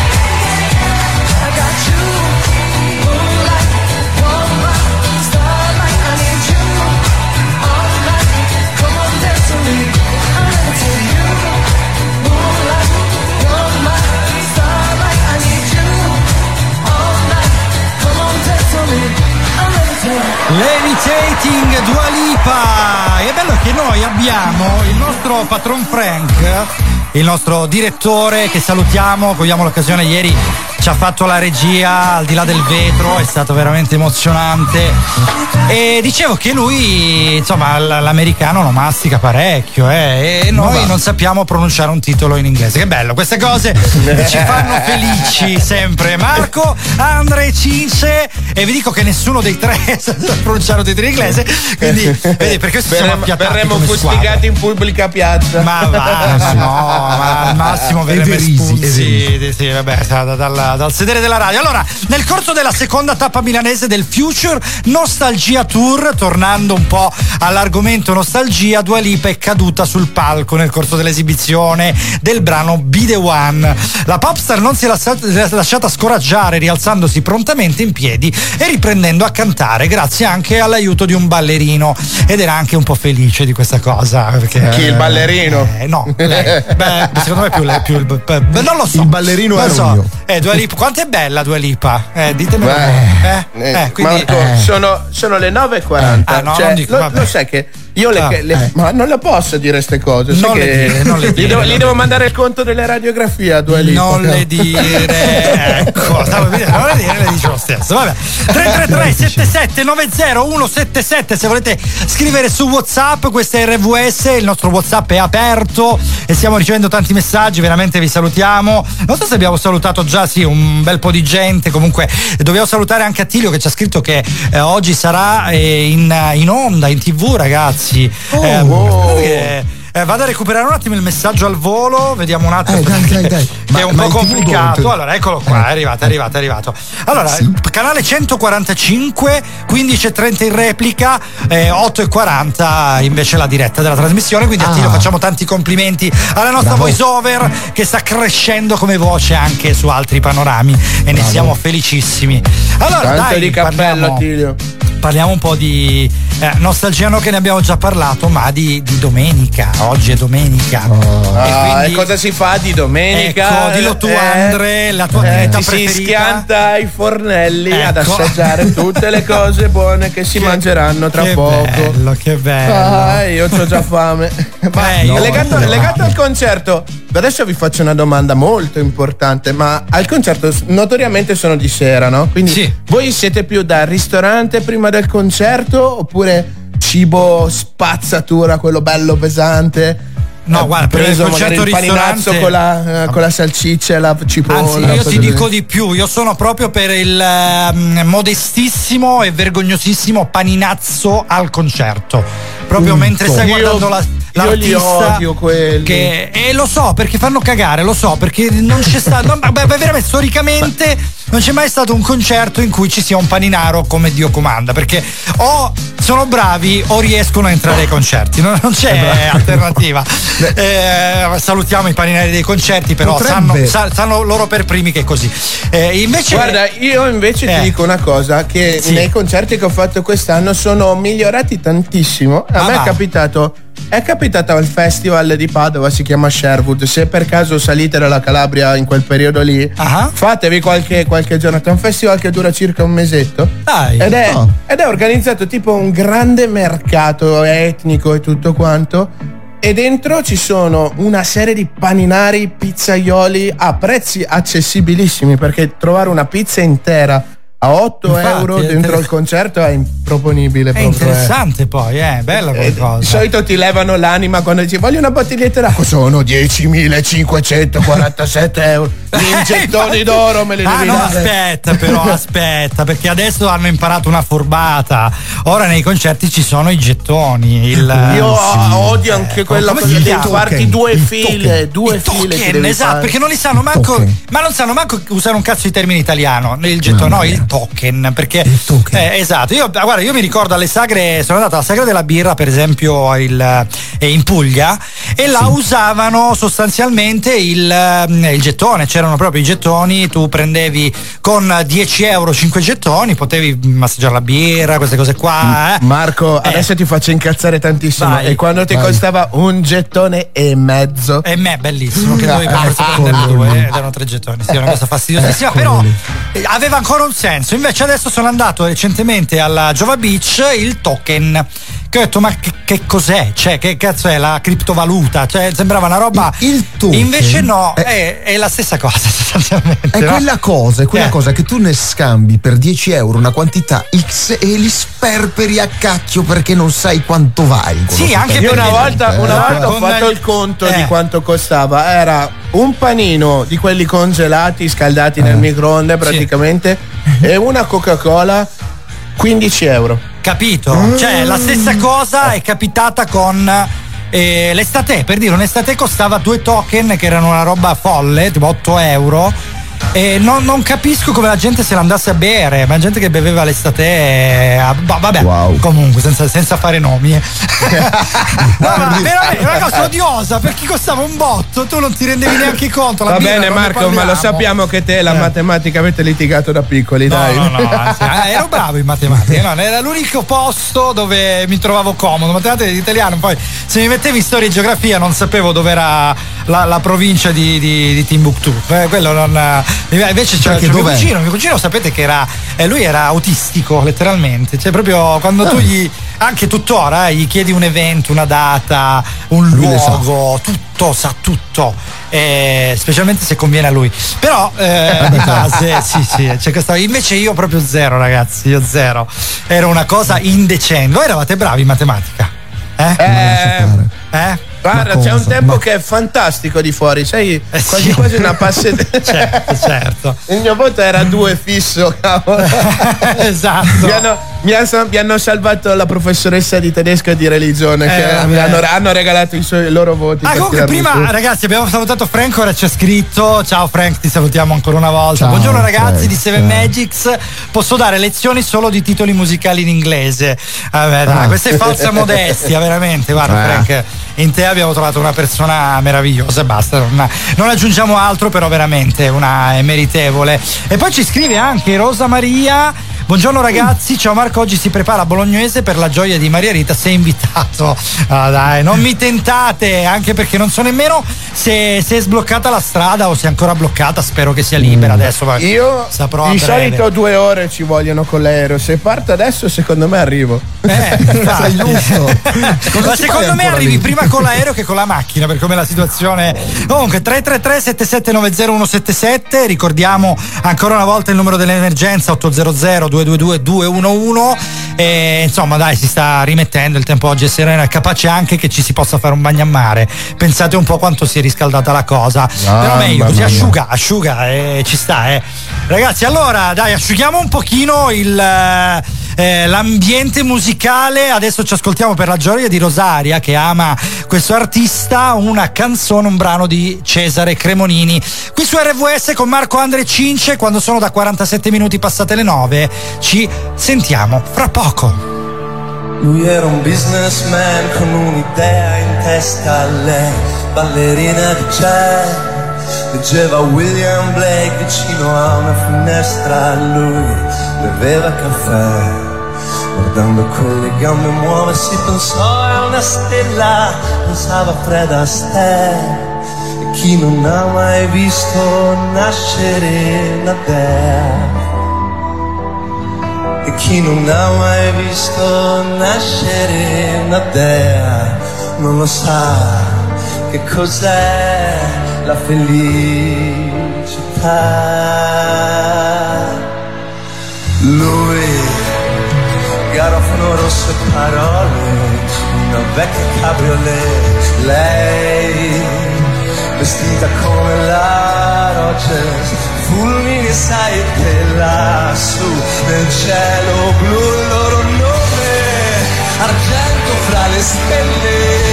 I got you, moonlight, you're my starlight. I need you all night. Come on, dance with me. I'm levitating. You, moonlight, you're my starlight. I need you all night. Come on, dance with me. I'm levitating. Levitating, Dua Lipa. È bello che noi abbiamo il nostro patron Frank il nostro direttore che salutiamo, cogliamo l'occasione, ieri ci ha fatto la regia Al di là del vetro, è stato veramente emozionante e dicevo che lui insomma l'americano lo mastica parecchio e noi non sappiamo pronunciare un titolo in inglese. Che bello, queste cose ci fanno felici sempre. Marco, Andre, Cince, e vi dico che nessuno dei tre sa pronunciare un titolo in inglese, quindi vedi, per questo siamo appiattati, verremo fustigati in pubblica piazza. Ma al massimo verremo espulsi. Sì, vabbè, dal sedere della radio. Allora, nel corso della seconda tappa milanese del Future Nostalgia Tour, tornando un po' all'argomento nostalgia, Dua Lipa è caduta sul palco nel corso dell'esibizione del brano Be The One. La popstar non si è lasciata scoraggiare, rialzandosi prontamente in piedi e riprendendo a cantare, grazie anche all'aiuto di un ballerino, ed era anche un po' felice di questa cosa perché, chi, il ballerino? No, lei. Beh, secondo me più non lo so, il ballerino è io. Dua Lipa, quanto è bella Dua Lipa? Ditemelo. Quindi, Marco, sono le 9:40. No, cioè, non dico, lo sai che io ma non le posso dire queste cose. Non le dire. Gli devo mandare il conto delle radiografie a Dua Lipa. Non le dire. Ecco, non le dire, le dice lo stesso. Vabbè. 333 77 90 177 se volete scrivere su WhatsApp. Questa è RVS, il nostro WhatsApp è aperto e stiamo ricevendo tanti messaggi, veramente vi salutiamo. Non so se abbiamo salutato già, sì, un bel po' di gente. Comunque dobbiamo salutare anche Attilio che ci ha scritto che oggi sarà in onda, in TV, ragazzi. Vado a recuperare un attimo il messaggio al volo, vediamo un attimo, dai. Che è un po' complicato. Allora, eccolo qua, è arrivato. Allora, sì. Canale 145, 15:30 in replica, 8:40 invece la diretta della trasmissione. Quindi Attilio, facciamo tanti complimenti alla nostra voice over che sta crescendo come voce anche su altri panorami e ne siamo felicissimi. Allora, tanto di cappello, Attilio. Parliamo un po' di nostalgia, no, che ne abbiamo già parlato, ma di domenica. Oggi è domenica. E cosa si fa di domenica? Ecco, dillo tu, Andre, la tua attività preferita. Si schianta ai fornelli ad assaggiare tutte le cose buone che si mangeranno tra poco. Che bello. Io ho già fame. Legato al concerto, adesso vi faccio una domanda molto importante, ma al concerto notoriamente sono di sera, no? Quindi voi siete più da ristorante prima del concerto oppure cibo spazzatura, quello bello pesante? No, guarda, per il concerto il paninazzo con la salsiccia e la cipolla. Anzi, io ti dico di più, io sono proprio per il modestissimo e vergognosissimo paninazzo al concerto. Proprio mentre stai guardando l'artista. Io li odio quelli. E lo so, perché fanno cagare, lo so, perché non c'è stato. Veramente, storicamente non c'è mai stato un concerto in cui ci sia un paninaro come Dio comanda, perché o sono bravi o riescono a entrare ai concerti, non c'è alternativa. Salutiamo i paninari dei concerti, però sanno loro per primi che è così. Invece, guarda, io invece ti dico una cosa, che nei concerti che ho fatto quest'anno sono migliorati tantissimo. A me è capitato al festival di Padova, si chiama Sherwood. Se per caso salite dalla Calabria in quel periodo lì, fatevi qualche giornata. È un festival che dura circa un mesetto. Ed è organizzato tipo un grande mercato etnico e tutto quanto. E dentro ci sono una serie di paninari, pizzaioli a prezzi accessibilissimi, perché trovare una pizza intera a 8 euro dentro il concerto è improponibile. È interessante, poi è bella qualcosa. Di solito ti levano l'anima quando dici voglio una bottiglietta d'acqua, sono 10.547 euro in gettoni d'oro, me li devi dare. Aspetta, perché adesso hanno imparato una furbata. Ora nei concerti ci sono i gettoni. Io odio anche quella cosa di farti due file esatto, perché non li sanno manco, ma non sanno manco usare un cazzo di termine italiano. Il gettone, il token, perché esatto. Io mi ricordo alle sagre, sono andato alla sagra della birra per esempio in Puglia, e là usavano sostanzialmente il gettone, c'erano proprio i gettoni, tu prendevi con 10 euro 5 gettoni, potevi massaggiare la birra, queste cose qua. Marco, adesso ti faccio incazzare tantissimo. Vai, e quando ti costava un gettone e mezzo, e me bellissimo, che dovevi prendere due, erano 3 gettoni, sì, una cosa fastidiosissima, però aveva ancora un senso. Invece adesso sono andato recentemente alla Jova Beach, il token, che ho detto ma che cos'è? Cioè che cazzo è la criptovaluta? Cioè sembrava una roba, il token invece no, è la stessa cosa sostanzialmente. È quella cosa che tu ne scambi per 10 euro una quantità X e li sperperi a cacchio perché non sai quanto valgono. Sì, anche io una volta ho fatto il conto di quanto costava. Era un panino di quelli congelati scaldati nel microonde praticamente e una Coca-Cola 15 euro. Capito? Cioè la stessa cosa è capitata con l'estate, per dire, un'estate costava 2 token che erano una roba folle, tipo 8 euro. E non capisco come la gente se l'andasse a bere, ma gente che beveva l'estate, vabbè, comunque senza fare nomi. No, ma veramente è una cosa odiosa perché costava un botto, tu non ti rendevi neanche conto. Va bene Marco, ma lo sappiamo che te la matematica avete litigato da piccoli, dai. No, anzi, ero bravo in matematica, no, era l'unico posto dove mi trovavo comodo, matematica di italiano, poi se mi mettevi storia e geografia non sapevo dove era la provincia di Timbuktu, quello non. Invece c'è mio cugino sapete che lui era autistico letteralmente, cioè proprio quando tu anche tuttora gli chiedi un evento, una data, un luogo, tutto, sa tutto, specialmente se conviene a lui, però di base sì, c'è questa. Invece io proprio zero, ragazzi, io zero, era una cosa indecente. Voi eravate bravi in matematica? Guarda, c'è un tempo che è fantastico di fuori, sai, quasi una passeggiata. Certo. Il mio voto era 2 fisso, cavolo. Esatto. Mi hanno salvato la professoressa di tedesco e di religione che mi hanno regalato i loro voti. Comunque prima, ragazzi, abbiamo salutato Frank, ora c'è scritto: ciao Frank, ti salutiamo ancora una volta. Ciao, buongiorno ragazzi di Seven Magics, posso dare lezioni solo di titoli musicali in inglese. Vabbè, dai, questa è falsa modestia, veramente. Guarda Frank, in te abbiamo trovato una persona meravigliosa e basta, non aggiungiamo altro, però veramente una meritevole. E poi ci scrive anche Rosa Maria: buongiorno ragazzi, ciao Marco, oggi si prepara Bolognese per la gioia di Maria Rita, sei invitato. Dai, non mi tentate, anche perché non so nemmeno se è sbloccata la strada o se è ancora bloccata, spero che sia libera adesso. Io di solito 2 ore ci vogliono con l'aereo, se parto adesso secondo me arrivo. Sai giusto. Ma secondo me arrivi prima con l'aereo che con la macchina, per come la situazione. Comunque 333 7790 177, ricordiamo ancora una volta il numero dell'emergenza 800 222 211 e insomma dai, si sta rimettendo, il tempo oggi è sereno, è capace anche che ci si possa fare un bagno a mare. Pensate un po' quanto si è riscaldata la cosa, però meglio così, asciuga e ci sta, ragazzi. Allora dai, asciughiamo un pochino l'ambiente musicale. Adesso ci ascoltiamo, per la gioia di Rosaria che ama questo artista, una canzone, un brano di Cesare Cremonini, qui su RVS con Marco, Andre e Cince. Quando sono da 47 minuti passate le 9, ci sentiamo fra poco. Lui era un businessman con un'idea in testa, lei ballerina di jazz, leggeva William Blake vicino a una finestra, lui beveva caffè, guardando con le gambe muoversi pensò a una stella, pensava a Fred Astaire, e chi non ha mai visto nascere la dea, e chi non ha mai visto nascere una dea non lo sa che cos'è la felicità. Lui, garofano rosso e parole, una vecchia cabriolet, lei vestita come la Rogers, fulmini sai che lassù nel cielo blu il loro nome, argento fra le stelle.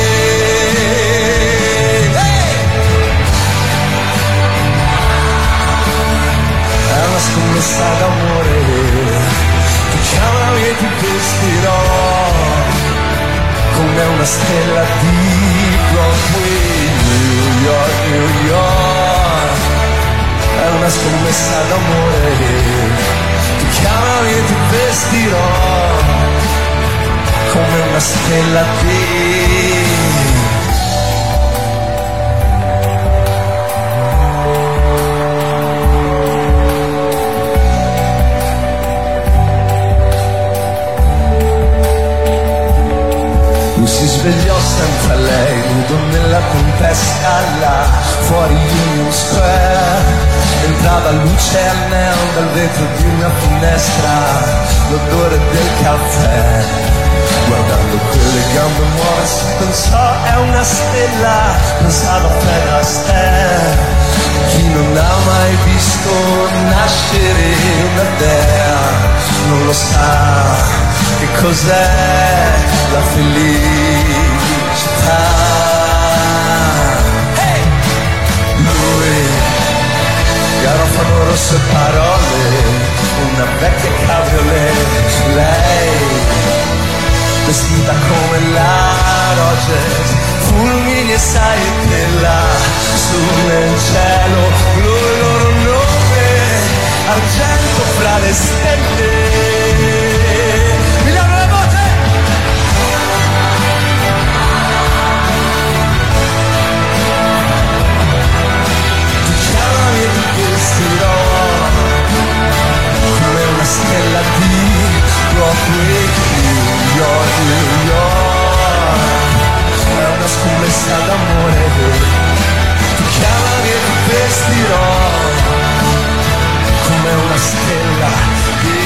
È una scommessa d'amore, tu chiamami e ti vestirò come una stella di Broadway, New York, New York. È una scommessa d'amore, tu chiamami e ti vestirò come una stella di. Lui si svegliò senza lei, nudo nella tempesta là fuori Union Square. Entrava luce al neon dal vetro di una finestra, l'odore del caffè. Guardando quelle gambe muoversi pensò è una stella, pensava Fred Astaire. Chi non ha mai visto nascere una dea non lo sa che cos'è la felicità. Hey! Lui, garofano rosse parole, una vecchia cabriolet, lei vestita come la Rogers, fulmini e saetella su nel cielo, blu il loro nome, argento fra le stelle. Milano le voce! Tu chiamami e ti vestirò come una stella di Broadway, New York, New York. È una scommessa d'amore. Tu chiamami e ti vestirò come una stella di...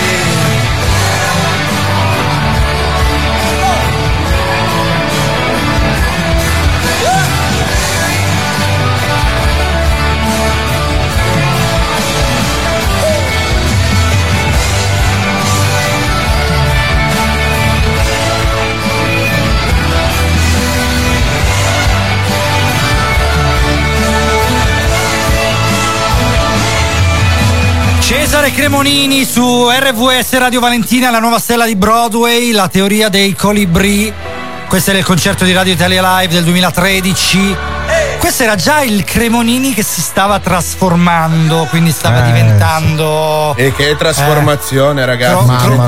Cesare Cremonini su RVS Radio Valentina, la nuova stella di Broadway, la teoria dei colibrì. Questo era il concerto di Radio Italia Live del 2013. Questo era già il Cremonini che si stava trasformando, quindi stava diventando... E che trasformazione, ragazzi.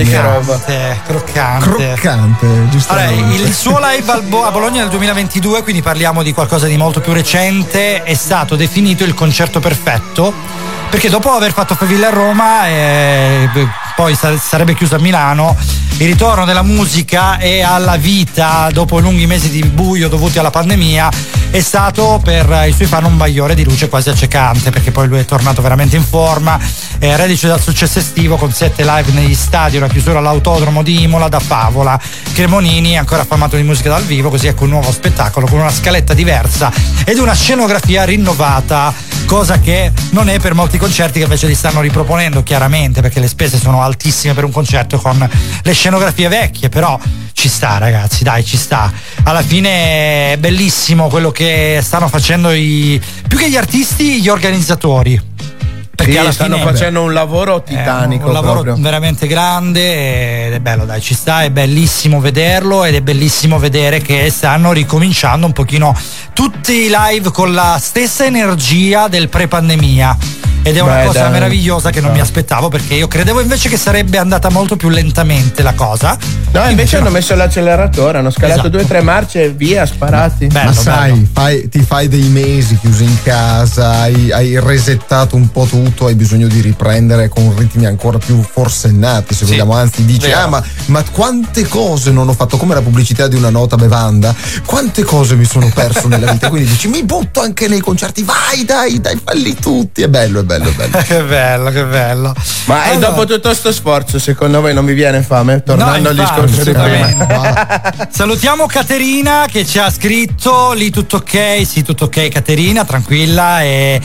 Croccante, giustamente. Allora, il suo live a Bologna nel 2022, quindi parliamo di qualcosa di molto più recente, è stato definito il concerto perfetto, perché dopo aver fatto Favilla a Roma e poi sarebbe chiuso a Milano, il ritorno della musica e alla vita dopo lunghi mesi di buio dovuti alla pandemia è stato per i suoi fan un bagliore di luce quasi accecante, perché poi lui è tornato veramente in forma, reduce dal successo estivo con 7 live negli stadi, una chiusura all'autodromo di Imola da favola. Cremonini è ancora affamato di musica dal vivo, così ecco un nuovo spettacolo con una scaletta diversa ed una scenografia rinnovata, cosa che non è per molti concerti che invece li stanno riproponendo, chiaramente, perché le spese sono altissime per un concerto con le scenografie vecchie, però ci sta, ragazzi, dai, ci sta. Alla fine è bellissimo quello che stanno facendo più che gli artisti, gli organizzatori. Perché alla stanno fine facendo un lavoro titanico, un lavoro proprio veramente grande ed è bello, dai, ci sta, è bellissimo vederlo ed è bellissimo vedere che stanno ricominciando un pochino tutti i live con la stessa energia del pre-pandemia. Ed è una cosa meravigliosa che non mi aspettavo, perché io credevo invece che sarebbe andata molto più lentamente la cosa. No, invece hanno messo l'acceleratore, hanno scalato 2-3 marce e via, sparati. Bello, ma sai, ti fai dei mesi chiuso in casa, hai resettato un po' tutto, hai bisogno di riprendere con ritmi ancora più forsennati, se vogliamo, anzi dici ma quante cose non ho fatto, come la pubblicità di una nota bevanda, quante cose mi sono perso nella vita, quindi dici mi butto anche nei concerti, vai dai, falli tutti, è bello. Che bello. Ma allora, dopo tutto sto sforzo, secondo voi non vi viene fame? Tornando al discorso di prima. Salutiamo Caterina che ci ha scritto lì tutto ok, sì tutto ok Caterina, tranquilla, e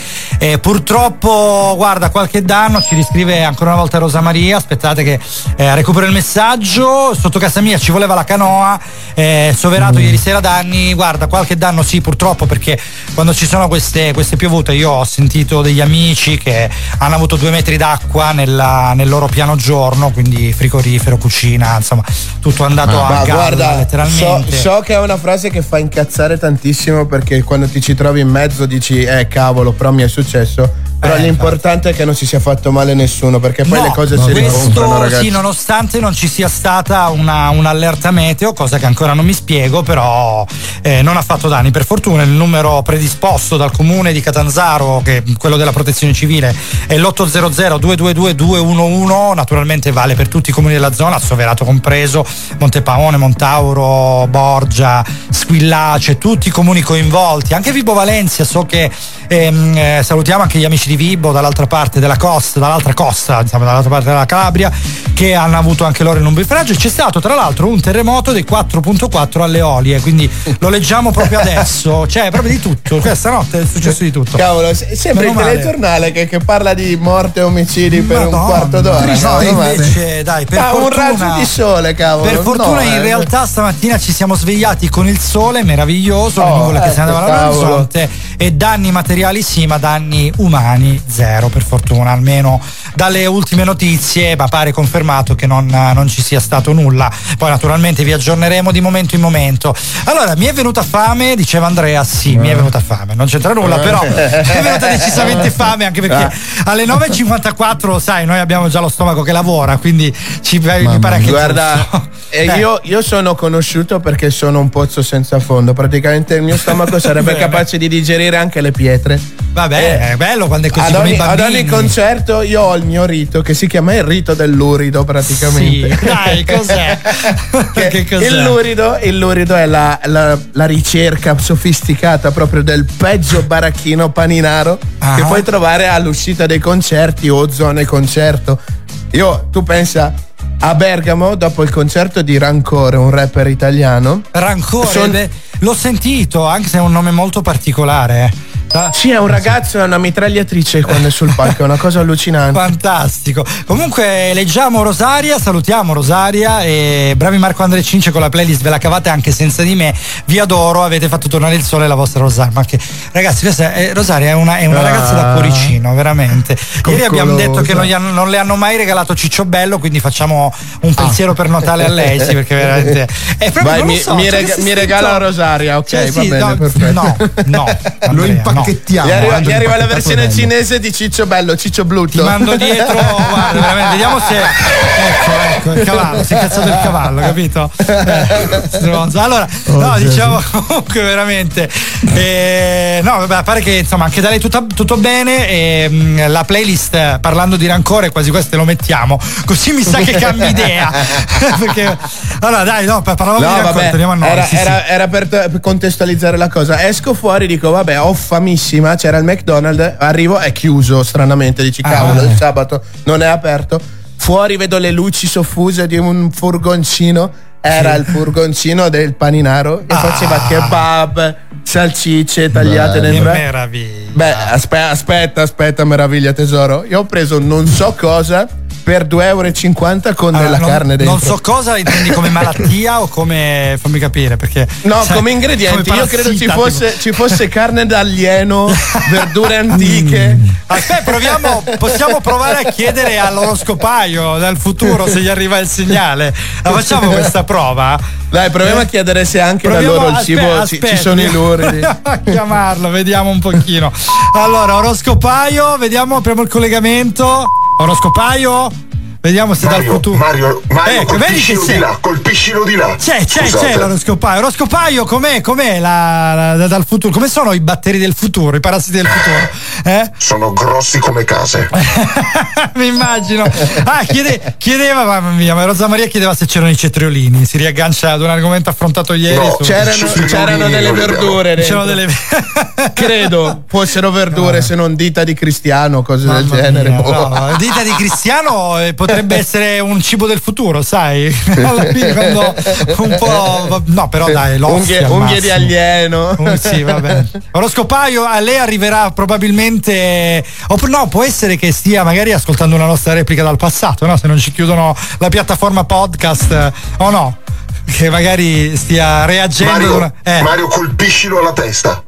purtroppo guarda qualche danno, ci riscrive ancora una volta Rosa Maria, aspettate che recupero il messaggio, sotto casa mia ci voleva la canoa, soverato ieri sera danni, guarda qualche danno sì purtroppo, perché quando ci sono queste piovute io ho sentito degli amici che hanno avuto 2 metri d'acqua nel loro piano giorno, quindi frigorifero, cucina, insomma tutto andato a galla letteralmente. So che è una frase che fa incazzare tantissimo, perché quando ti ci trovi in mezzo dici cavolo, però mi è successo. Però l'importante è che non si sia fatto male nessuno, perché poi le cose si ricomprano, ragazzi. Sì, nonostante non ci sia stata un'allerta meteo, cosa che ancora non mi spiego, però non ha fatto danni. Per fortuna il numero predisposto dal comune di Catanzaro, che è quello della protezione civile, è l'800 222 211, naturalmente vale per tutti i comuni della zona, Soverato compreso, Montepaone, Montauro, Borgia, Squillace, tutti i comuni coinvolti, anche Vibo Valencia. So che salutiamo anche gli amici di Vibo dall'altra parte della costa, dall'altra parte della Calabria, che hanno avuto anche loro il nubifragio. C'è stato tra l'altro un terremoto dei 4.4 alle Eolie, quindi lo leggiamo proprio adesso, cioè proprio di tutto, questa notte è successo di tutto. Cavolo, sempre il telegiornale che parla di morte e omicidi per un quarto d'ora. No, invece dai, per fortuna, un raggio di sole, cavolo. Per fortuna in realtà stamattina ci siamo svegliati con il sole meraviglioso, le nuvole che si andavano all'orizzonte, e danni materiali sì, ma danni umani zero, per fortuna, almeno dalle ultime notizie, ma pare confermato che non ci sia stato nulla. Poi naturalmente vi aggiorneremo di momento in momento. Allora, mi è venuta fame, diceva Andrea. Sì, mi è venuta fame, non c'entra nulla, però mi è venuta decisamente fame, anche perché alle 9.54, sai, noi abbiamo già lo stomaco che lavora, quindi mi pare che guarda, io sono conosciuto perché sono un pozzo senza fondo, praticamente il mio stomaco sarebbe capace di digerire anche le pietre. Vabbè, è bello quando è così, come i bambini. Ad ogni concerto io ho il mio rito, che si chiama il rito dell'urido, praticamente. Sì, dai, cos'è? Che cos'è? Il lurido è la ricerca sofisticata proprio del peggio baracchino paninaro che puoi trovare all'uscita dei concerti o zone concerto. Tu pensa a Bergamo, dopo il concerto di Rancore, un rapper italiano. Rancore, l'ho sentito, anche se è un nome molto particolare. Sì, è un ragazzo, è una mitragliatrice quando è sul palco, è una cosa allucinante. Fantastico. Comunque leggiamo Rosaria, salutiamo Rosaria, e bravi Marco Andrea Cince con la playlist, ve la cavate anche senza di me, vi adoro, avete fatto tornare il sole la vostra Rosaria. Ma che ragazzi, Rosaria è una ragazza da cuoricino, veramente. Ieri abbiamo detto che non le hanno mai regalato Ciccio Bello, quindi facciamo un pensiero per Natale a lei, sì, perché veramente è proprio, vai, mi regala la Rosaria, ok, cioè, va bene, perfetto. No, lo impacchettiamo. Gli arriva la versione cinese di Ciccio Bello, Ciccio Blutto. Ti mando dietro, guarda, veramente, vediamo se ecco il cavallo, si è cazzato il cavallo, capito? Allora, diciamo comunque veramente vabbè, pare che insomma anche da lei tutto bene, e la playlist, parlando di Rancore, quasi questo lo mettiamo, così mi sa che cambi idea. Perché allora dai, parlavamo di Rancore, torniamo a noi. Era per contestualizzare la cosa. Esco fuori, dico vabbè, ho famissima, c'era il McDonald's, arrivo, è chiuso stranamente, dici cavolo, il sabato non è aperto. Fuori vedo le luci soffuse di un furgoncino, era il furgoncino del paninaro che faceva kebab, salsicce tagliate dentro. Che meraviglia. Beh, aspetta, meraviglia tesoro. Io ho preso non so cosa per 2,50 € con della carne dentro. Non so cosa intendi, come malattia o come, fammi capire, perché no, come ingredienti. Io credo ci fosse carne d'alieno, verdure antiche. Aspetta, possiamo provare a chiedere all'oroscopaio dal futuro se gli arriva il segnale. La facciamo questa prova? Dai, proviamo a chiedere se anche da loro il cibo ci sono i luridi. A chiamarlo, vediamo un pochino. Allora, oroscopaio, vediamo, apriamo il collegamento. Oroscopaio, vediamo se dal futuro. Mario, colpiscilo di là, colpiscilo di là. C'è l'oroscopaio. Oroscopaio, com'è dal futuro? Come sono i batteri del futuro, i parassiti del futuro? Sono grossi come case. Mi immagino. Chiedeva, mamma mia, ma Rosa Maria chiedeva se c'erano i cetriolini. Si riaggancia ad un argomento affrontato ieri. No, c'erano delle verdure. C'erano delle credo fossero verdure, se non dita di cristiano, cose del genere. No, dita di cristiano potrebbe essere un cibo del futuro, sai? Alla fine quando un po'. No, però dai, unghie di alieno. Sì, vabbè. Oroscopaio, a lei arriverà probabilmente. No, può essere che stia magari ascoltando una nostra replica dal passato, no? Se non ci chiudono la piattaforma podcast, o no? Che magari stia reagendo. Mario, colpiscilo alla testa.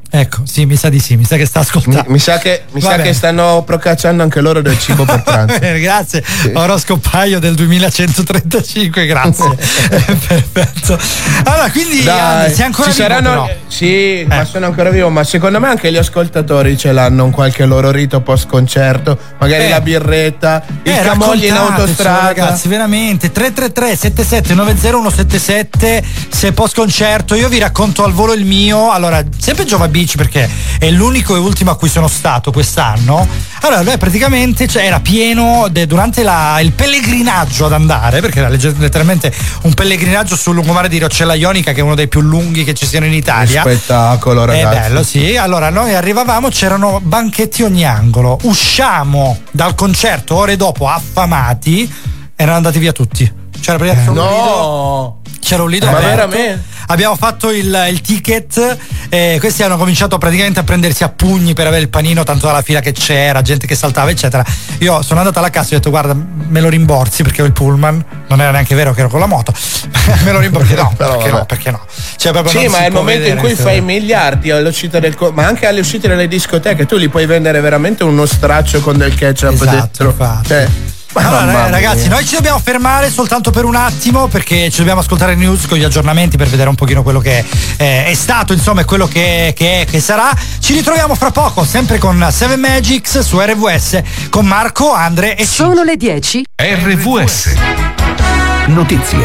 Ecco, sì, mi sa di sì, mi sa che sta ascoltando. Mi sa che stanno procacciando anche loro del cibo per pranzo. Grazie, sì. Oroscopaio del 2135, grazie. Perfetto. Allora, quindi dai, sei ancora ci vivo, saranno, però. Sì, ma sono ancora vivo, ma secondo me anche gli ascoltatori ce l'hanno un qualche loro rito post concerto, magari la birretta, il camogli in autostrada. Ragazzi, veramente 333 77 90177 se post concerto. Io vi racconto al volo il mio. Allora, sempre Giova Beach, perché è l'unico e ultimo a cui sono stato quest'anno. Allora, lui praticamente era pieno durante il pellegrinaggio ad andare, perché era letteralmente un pellegrinaggio sul lungomare di Roccella Ionica, che è uno dei più lunghi che ci siano in Italia. Spettacolo, ragazzi. È bello, sì. Allora, noi arrivavamo, c'erano banchetti ogni angolo. Usciamo dal concerto ore dopo, affamati, erano andati via tutti. C'era praticamente c'era un lido ma aperto. veramente? Abbiamo fatto il ticket, questi hanno cominciato praticamente a prendersi a pugni per avere il panino, tanto dalla fila che c'era, gente che saltava eccetera. Io sono andato alla cassa e ho detto guarda, me lo rimborsi, perché ho il pullman, non era neanche vero che ero con la moto. Me lo rimborsi, perché no. Cioè, proprio sì, ma è il momento in cui fai miliardi all'uscita ma anche alle uscite delle discoteche, tu li puoi vendere veramente uno straccio con del ketchup dentro. Cioè, allora, ragazzi, noi ci dobbiamo fermare soltanto per un attimo, perché ci dobbiamo ascoltare il news con gli aggiornamenti per vedere un pochino quello che è stato, insomma, e quello che sarà. Ci ritroviamo fra poco, sempre con Seven Magics su RVS, con Marco, Andre e sono le 10. RVS Notizie.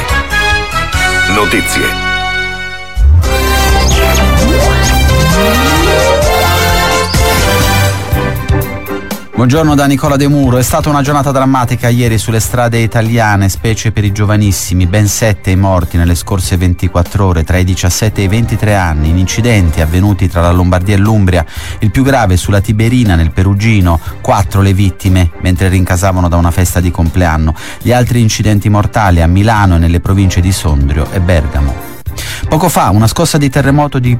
Buongiorno da Nicola De Muro. È stata una giornata drammatica ieri sulle strade italiane, specie per i giovanissimi. Ben 7 i morti nelle scorse 24 ore, tra i 17 e i 23 anni, in incidenti avvenuti tra la Lombardia e l'Umbria. Il più grave sulla Tiberina, nel Perugino, 4 le vittime mentre rincasavano da una festa di compleanno. Gli altri incidenti mortali a Milano e nelle province di Sondrio e Bergamo. Poco fa una scossa di terremoto di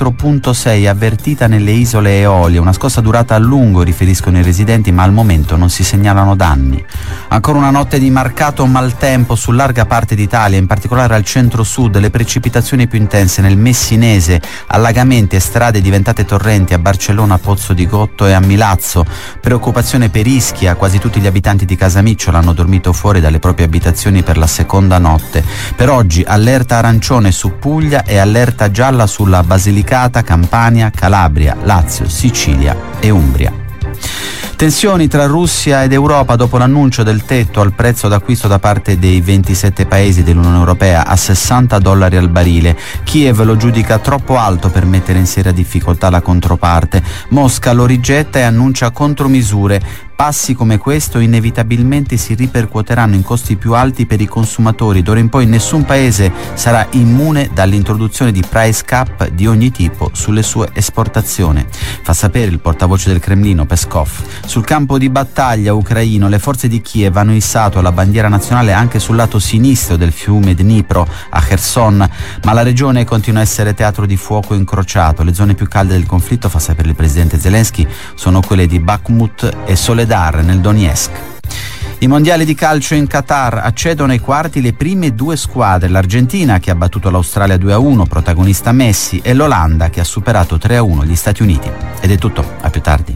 4.6 avvertita nelle isole Eolie, una scossa durata a lungo, riferiscono i residenti, ma al momento non si segnalano danni. Ancora una notte di marcato maltempo su larga parte d'Italia, in particolare al centro-sud, le precipitazioni più intense nel Messinese, allagamenti e strade diventate torrenti a Barcellona, Pozzo di Gotto e a Milazzo. Preoccupazione per Ischia, quasi tutti gli abitanti di Casamicciola hanno dormito fuori dalle proprie abitazioni per la seconda notte. Per oggi allerta arancione su Puglia e allerta gialla sulla Basilicata, Campania, Calabria, Lazio, Sicilia e Umbria. Tensioni tra Russia ed Europa dopo l'annuncio del tetto al prezzo d'acquisto da parte dei 27 paesi dell'Unione Europea a $60 al barile. Kiev lo giudica troppo alto per mettere in seria difficoltà la controparte. Mosca lo rigetta e annuncia contromisure. Passi come questo inevitabilmente si ripercuoteranno in costi più alti per i consumatori. D'ora in poi nessun paese sarà immune dall'introduzione di price cap di ogni tipo sulle sue esportazioni. Fa sapere il portavoce del Cremlino, Peskov. Sul campo di battaglia ucraino le forze di Kiev hanno issato la bandiera nazionale anche sul lato sinistro del fiume Dnipro, a Kherson, ma la regione continua a essere teatro di fuoco incrociato. Le zone più calde del conflitto, fa sapere il presidente Zelensky, sono quelle di Bakhmut e Soledar nel Donetsk. I mondiali di calcio in Qatar, accedono ai quarti le prime 2 squadre, l'Argentina che ha battuto l'Australia 2-1, protagonista Messi, e l'Olanda che ha superato 3-1 gli Stati Uniti. Ed è tutto, a più tardi.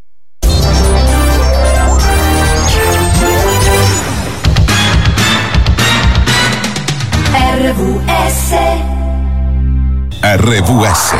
RVS.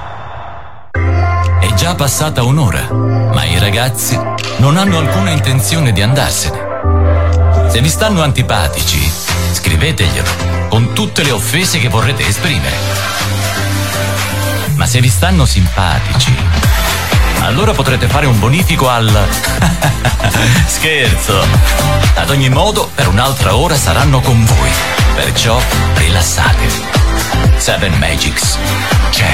È già passata un'ora, ma i ragazzi non hanno alcuna intenzione di andarsene. Se vi stanno antipatici, scriveteglielo con tutte le offese che vorrete esprimere. Ma se vi stanno simpatici, allora potrete fare un bonifico al... Scherzo! Ad ogni modo, per un'altra ora saranno con voi. Perciò rilassatevi. Seven Magics c'è.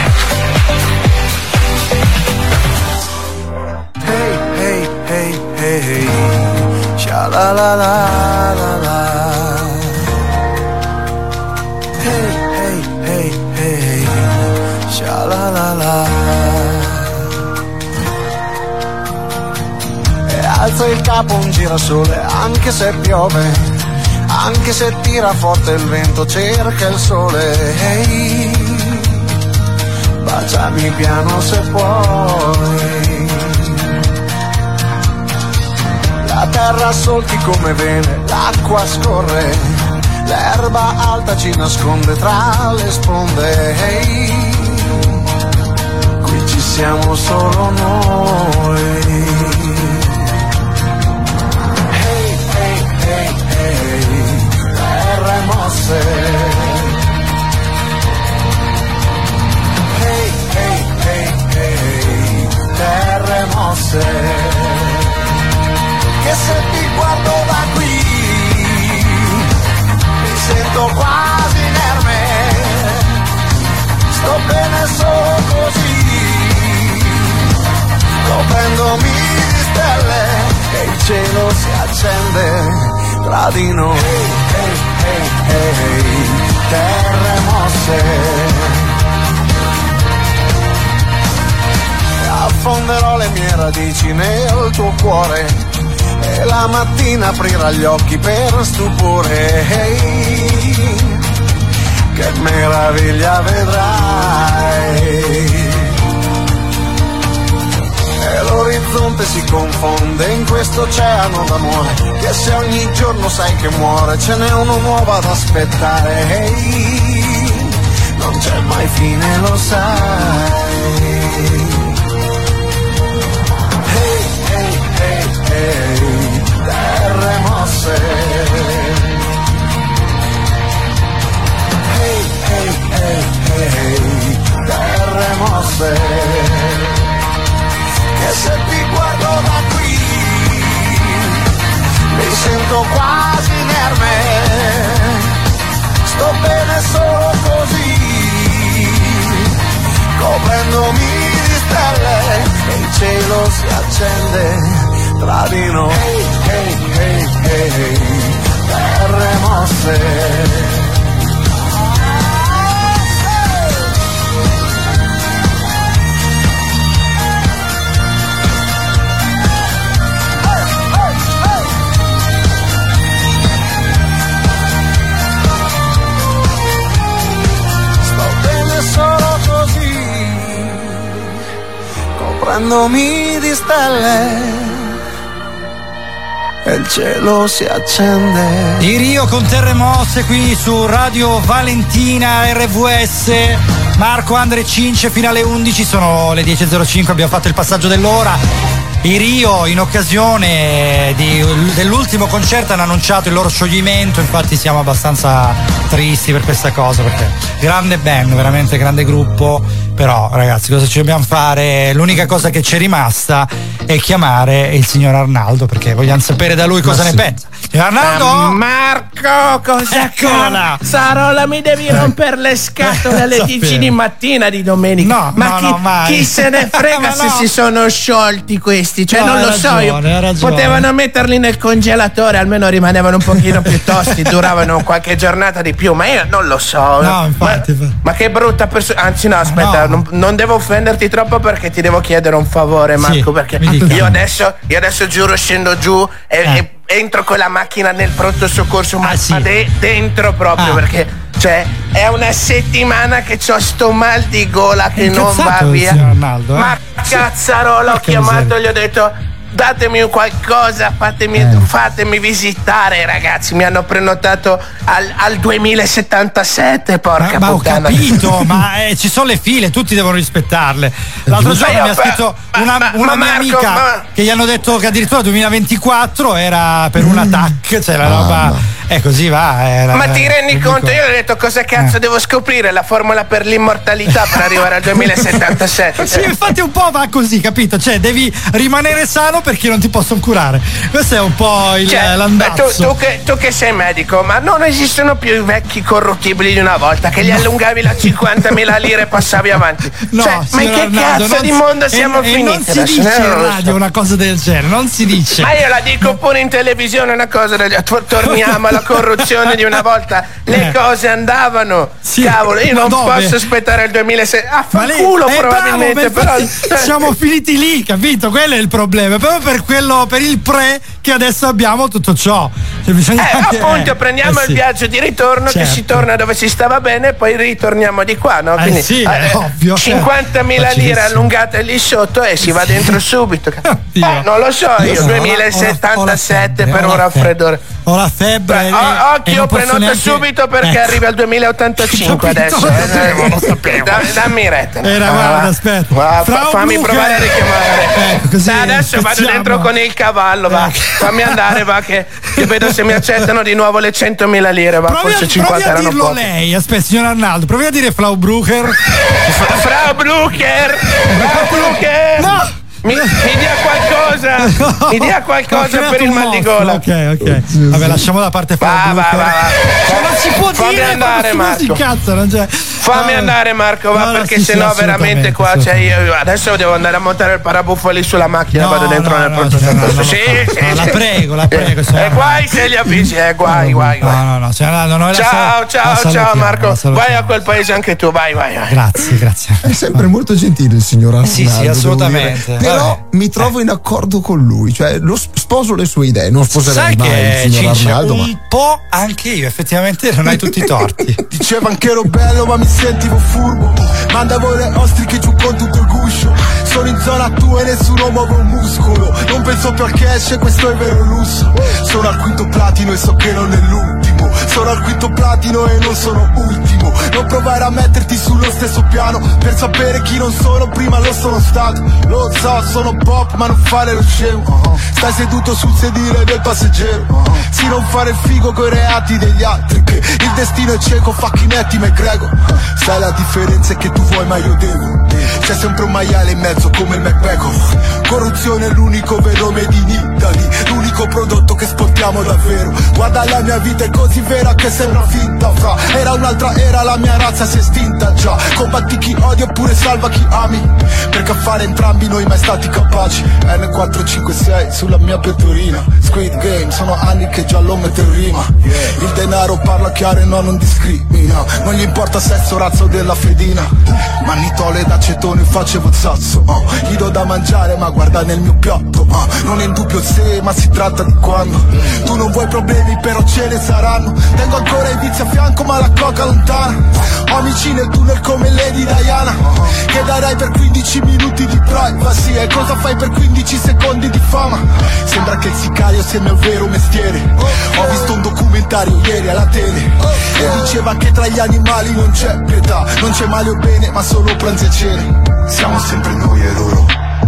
Hey, hey, hey, hey, hey. Sha la la la la la. Hey, hey, hey, hey. Sha la la la. E alza il capo un girasole, anche se piove, anche se tira forte il vento, cerca il sole. Hey. baciami piano se puoi. La terra solchi come vene, l'acqua scorre, l'erba alta ci nasconde tra le sponde. Hey, qui ci siamo solo noi. Hey, hey, hey, hey, terre mosse. Hey, hey, hey, hey, terre mosse. Che se ti guardo da qui mi sento quasi inerme, sto bene solo così, coprendomi di stelle e il cielo si accende tra di noi. Hey, hey, hey, hey, terre mosse. Affonderò le mie radici nel tuo cuore e la mattina aprirà gli occhi per stupore. Hey, che meraviglia vedrai. E l'orizzonte si confonde in questo oceano d'amore, che se ogni giorno sai che muore ce n'è uno nuovo ad aspettare. Hey, non c'è mai fine, lo sai. Hey, terre mosse. Hey, hey, hey, hey, terre mosse. Che se ti guardo da qui mi sento quasi inerme, sto bene solo così, coprendomi di stelle e il cielo si accende tra di noi. Hey, hey, hey, hey, terre mosse. Sto bene solo così, coprendomi di stelle e il cielo si accende. I Rio con terre mosse qui su Radio Valentina RVS. Marco, Andre, Cince fino alle 11, sono le 10.05, abbiamo fatto il passaggio dell'ora. I Rio in occasione dell'ultimo concerto hanno annunciato il loro scioglimento, infatti siamo abbastanza tristi per questa cosa, perché grande band, veramente grande gruppo, però ragazzi cosa ci dobbiamo fare? L'unica cosa che ci è rimasta è chiamare il signor Arnaldo, perché vogliamo sapere da lui cosa ne pensa. Signor Arnaldo? Marco, cosa Sarola, mi devi rompere le scatole alle 10 di mattina di domenica. Chi se ne frega se si sono sciolti questi? Cioè non lo so, potevano metterli nel congelatore, almeno rimanevano un pochino più tosti, duravano qualche giornata di più, ma io non lo so. No, infatti. Ma che brutta persona. Anzi no, aspetta, non devo offenderti troppo, perché ti devo chiedere un favore, Marco, perché io adesso giuro scendo giù e entro con la macchina nel pronto soccorso, ma dentro proprio, perché cioè è una settimana che c'ho sto mal di gola che non va via. Arnaldo, ma cazzarola, ho chiamato e gli ho detto datemi qualcosa, fatemi visitare, ragazzi, mi hanno prenotato al 2077, porca ma puttana. Ho capito, ma ci sono le file, tutti devono rispettarle. L'altro giorno mi ha scritto una mia amica che gli hanno detto che addirittura 2024 era per un TAC, cioè la roba è così va. Ma ti rendi conto? Io ho detto cosa cazzo devo scoprire? La formula per l'immortalità per arrivare al 2077. Sì, infatti un po' va così, capito? Cioè devi rimanere sano perché non ti possono curare. Questo è un po' l'andazzo. Tu che sei medico, ma non esistono più i vecchi corruttibili di una volta, che gli allungavi la 50.000 lire e passavi avanti? No, cioè, ma in che Arnaldo, cazzo di mondo siamo finiti? Non si dice in radio una cosa del genere, non si dice. Ma io la dico pure in televisione una cosa del genere. Torniamo alla la corruzione di una volta, le cose andavano. Sì, cavolo, io non posso aspettare il 2006. Fanculo probabilmente, bravo, però siamo finiti lì, capito? Quello è il problema. Proprio per il pre che adesso abbiamo tutto ciò. Cioè, bisogna appunto prendiamo il viaggio di ritorno, che si torna dove si stava bene e poi ritorniamo di qua, no? Quindi sì, è ovvio. 50.000 lire allungate lì sotto e si va dentro subito. Non lo so io, 2077 per un raffreddore. Ho la febbre. Occhio, prenota subito perché arriva il 2085 adesso. Dammi retta. Guarda, aspetta. Fammi provare a richiamare. Adesso vado dentro con il cavallo, va. Fammi andare, va, che vedo se mi accettano di nuovo le 100.000 lire, va. Forse 50 erano poche. Provi a dirlo lei, aspetta, signor Arnaldo, provi a dire Frau Brucker. Frau Brucker! No! Mi dia qualcosa per il mal di gola. Ok. Vabbè, lasciamo da parte Frau Brucker. Va. Cioè, non si può fammi dire andare, Marco. Fammi andare, Marco, va, perché sennò veramente qua io adesso devo andare a montare il parabuffo lì sulla macchina, vado dentro nel pronto soccorso. Sì. La prego. Guai se li avvisi, guai. No, ciao Marco. Vai a quel paese anche tu, vai. Grazie. È sempre molto gentile il signor Arnaldo. Sì, assolutamente. Però mi trovo in accordo con lui, cioè sposo le sue idee, non sposerei mai il signor Arnaldo. Un po' anche io, effettivamente non hai tutti i torti. Diceva anche ero bello ma mi sentivo furbo, mandavo le ostriche giù con tutto il guscio. Sono in zona tua e nessuno muove un muscolo, non penso più al cash, questo è vero lusso. Sono al quinto platino e so che non è l'ultimo, sono al quinto platino e non sono ultimo. Non provare a metterti sullo stesso piano per sapere chi non sono, prima lo sono stato. Lo so, sono pop ma non fare lo scemo. Stai seduto sul sedile del passeggero. Sì, non fare il figo coi reati degli altri, che il destino è cieco, Facchinetti McGregor. Sai la differenza è che tu vuoi ma io devo. C'è sempre un maiale in mezzo come il McBacon. Corruzione è l'unico vero made in Italy, l'unico prodotto che esportiamo davvero. Guarda la mia vita è così vera che sembra finta, fra. Era un'altra era, la mia razza si è estinta già. Combatti chi odia oppure salva chi ami, perché a fare entrambi noi mai stati capaci. N456 sulla mia pettorina, Squid Game, sono anni che già lo metto in rima. Il denaro parla chiaro e no, non discrimina, non gli importa sesso, razza o della fedina. Mannitole d'acetone facevo zazzo, gli do da mangiare ma guarda nel mio piatto, non è in dubbio se ma si tratta di quando. Tu non vuoi problemi però ce ne saranno, tengo ancora i vizi a fianco ma la coca lontana. Amici nel tunnel come Lady Diana, che darai per 15 minuti di privacy, e cosa fai per 15 secondi di fama? Sembra che il sicario sia il mio vero mestiere. Ho visto un documentario ieri alla tele e diceva che tra gli animali non c'è pietà, non c'è male o bene ma solo pranzo e cene. Siamo sempre noi e loro,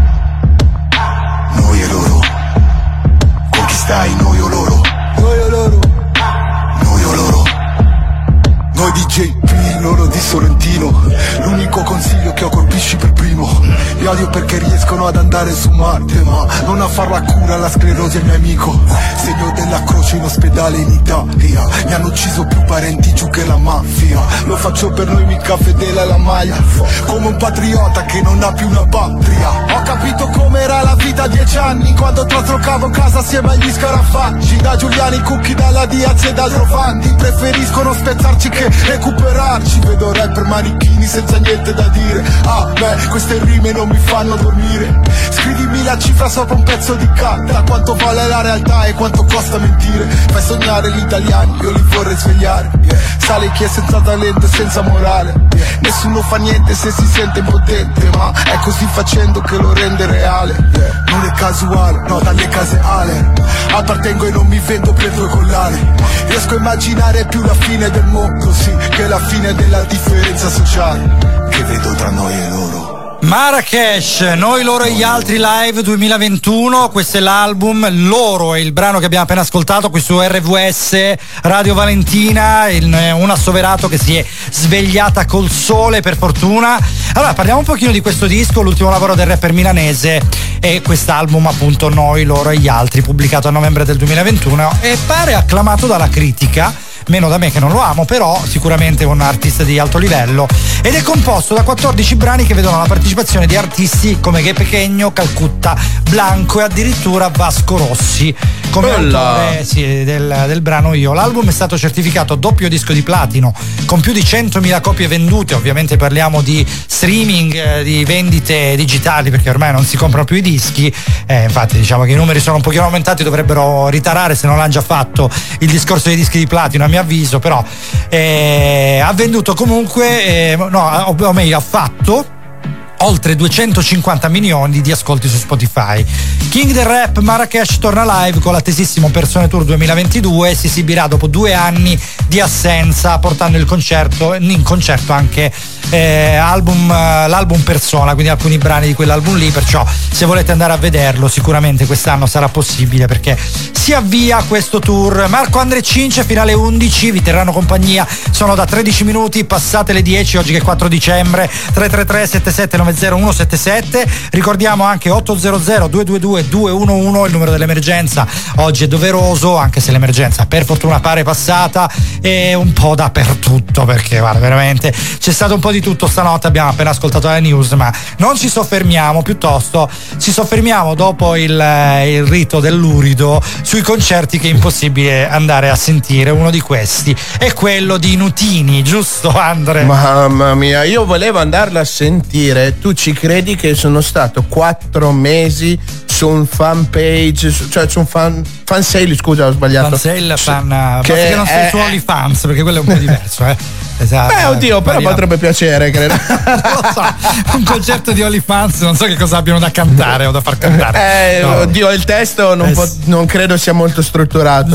noi e loro. Con chi stai, noi o loro? Noi o loro? Noi o loro? Noi di JP, loro di Sorrentino. L'unico consiglio che ho, colpisci per primo. Li odio perché riescono ad andare su Marte, ma non a far la cura alla sclerosi al mio amico. Segno della croce in ospedale in Italia, mi hanno ucciso più parenti giù che la mafia. Lo faccio per noi, mica fedele alla maglia, come un patriota che non ha più una patria. Ho capito com'era la vita a 10 anni, quando traslocavo casa assieme agli scarafaggi. Da Giuliani Cucchi, dalla Diaz e dal Rovandi, preferiscono spezzarci che recuperarci. Vedo rapper manichini senza niente da dire. Queste rime non mi fanno dormire. Scrivimi la cifra sopra un pezzo di carta, quanto vale la realtà e quanto costa mentire. Fai sognare gli italiani, io li vorrei svegliare. Sale chi è senza talento e senza morale. Nessuno fa niente se si sente impotente, ma è così facendo che lo rende reale. Non è casuale, no, dalle case Ale appartengo e non mi vendo per due collane. Riesco a immaginare più la fine del mondo, sì, che la fine della differenza sociale che vedo tra noi e loro. Marrakesh, noi, loro e gli altri live 2021, questo è l'album. Loro è il brano che abbiamo appena ascoltato qui su RVS Radio Valentina, un assoverato che si è svegliata col sole, per fortuna. Allora parliamo un pochino di questo disco, l'ultimo lavoro del rapper milanese, e quest'album appunto Noi, loro e gli altri, pubblicato a novembre del 2021, e pare acclamato dalla critica. meno da me che non lo amo, però sicuramente un artista di alto livello, ed è composto da 14 brani che vedono la partecipazione di artisti come Che Pequeño, Calcutta, Blanco e addirittura Vasco Rossi come autore del brano Io. L'album è stato certificato doppio disco di platino con più di 100.000 copie vendute. Ovviamente parliamo di streaming, di vendite digitali, perché ormai non si comprano più i dischi, infatti diciamo che i numeri sono un pochino aumentati, dovrebbero ritarare, se non l'hanno già fatto, il discorso dei dischi di platino a mio avviso, però ha venduto comunque o meglio ha fatto oltre 250 milioni di ascolti su Spotify. King del Rap Marrakesh torna live con l'attesissimo Persone Tour 2022, si esibirà dopo 2 anni di assenza, portando in concerto anche l'album Persona, quindi alcuni brani di quell'album lì, perciò se volete andare a vederlo sicuramente quest'anno sarà possibile, perché si avvia questo tour. Marco Andre Cince fino alle 11 vi terranno compagnia, sono da 13 minuti passate le 10 oggi che è 4 dicembre. 333 77 90 177, ricordiamo anche 800 222 211 il numero dell'emergenza. Oggi è doveroso, anche se l'emergenza per fortuna pare passata, e un po' dappertutto, perché guarda, veramente c'è stato un po' di tutto stanotte, abbiamo appena ascoltato la news, ma non ci soffermiamo, piuttosto ci soffermiamo dopo il rito dell'Urido sui concerti che è impossibile andare a sentire. Uno di questi è quello di Nutini, giusto Andre? Mamma mia, io volevo andarlo a sentire. Tu ci credi che sono stato 4 mesi su un fan page, cioè su un fan sale, scusa, ho sbagliato. Fan sale, che non sei su OnlyFans, perché quello è un po' diverso, Esatto. Beh, oddio, però potrebbe piacere, credo. Lo so, un concerto di OnlyFans, non so che cosa abbiano da cantare o da far cantare. Oddio, il testo non credo sia molto strutturato.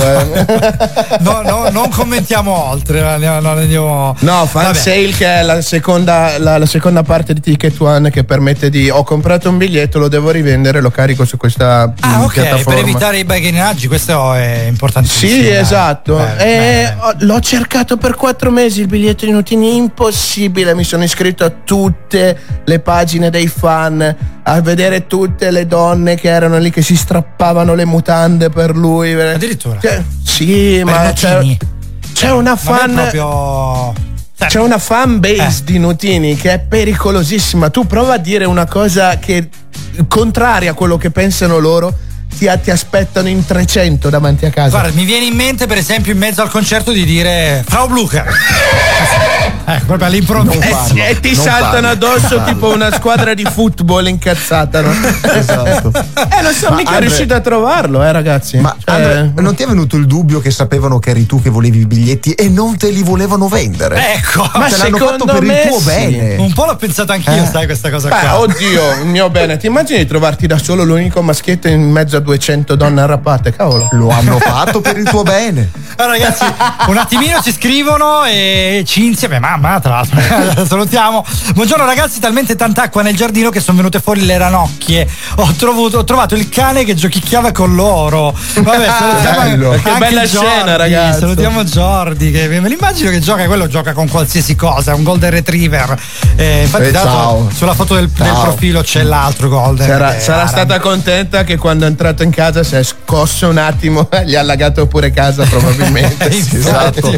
Non commentiamo oltre. Andiamo. No, fan sale, che è la seconda parte di Ticket One, che permette di ho comprato un biglietto, lo devo rivendere, lo carico su questa piattaforma. Per evitare i baghinaggi, questo è importantissimo. Sì, esatto. L'ho cercato per 4 mesi il biglietto di Nutini, impossibile. Mi sono iscritto a tutte le pagine dei fan, a vedere tutte le donne che erano lì che si strappavano le mutande per lui. Addirittura? Sì, per ma c'è una fan. C'è una fan base di Nutini che è pericolosissima. Tu prova a dire una cosa che contraria a quello che pensano loro, ti aspettano in 300 davanti a casa. Guarda, mi viene in mente per esempio in mezzo al concerto di dire Frau Blucher. Proprio all'improvviso. E ti saltano addosso tipo una squadra di football incazzata, no? Esatto. Non sono mica riuscito a trovarlo, ragazzi. Ma non ti è venuto il dubbio che sapevano che eri tu che volevi i biglietti e non te li volevano vendere? Ecco, ma te l'hanno fatto per il tuo bene. Un po' l'ho pensato anch'io, sai, questa cosa qua. Oddio, il mio bene. Ti immagini di trovarti da solo l'unico maschietto in mezzo a 200 donne arrapate? Cavolo. Lo hanno fatto per il tuo bene. Allora, ragazzi, un attimino ci scrivono e Cinzia, mamma, tra l'altro, salutiamo. Buongiorno ragazzi, talmente tanta acqua nel giardino che sono venute fuori le ranocchie. Ho trovato il cane che giochicchiava con loro. Vabbè, salutiamo che bella Jordi, scena, ragazzi. Salutiamo Jordi, che me l'immagino che gioca con qualsiasi cosa, un golden retriever. Infatti sulla foto del profilo c'è l'altro golden. Sarà stata contenta che quando è entrato in casa si è scosso un attimo, gli ha allagato pure casa probabilmente. Sì, esatto.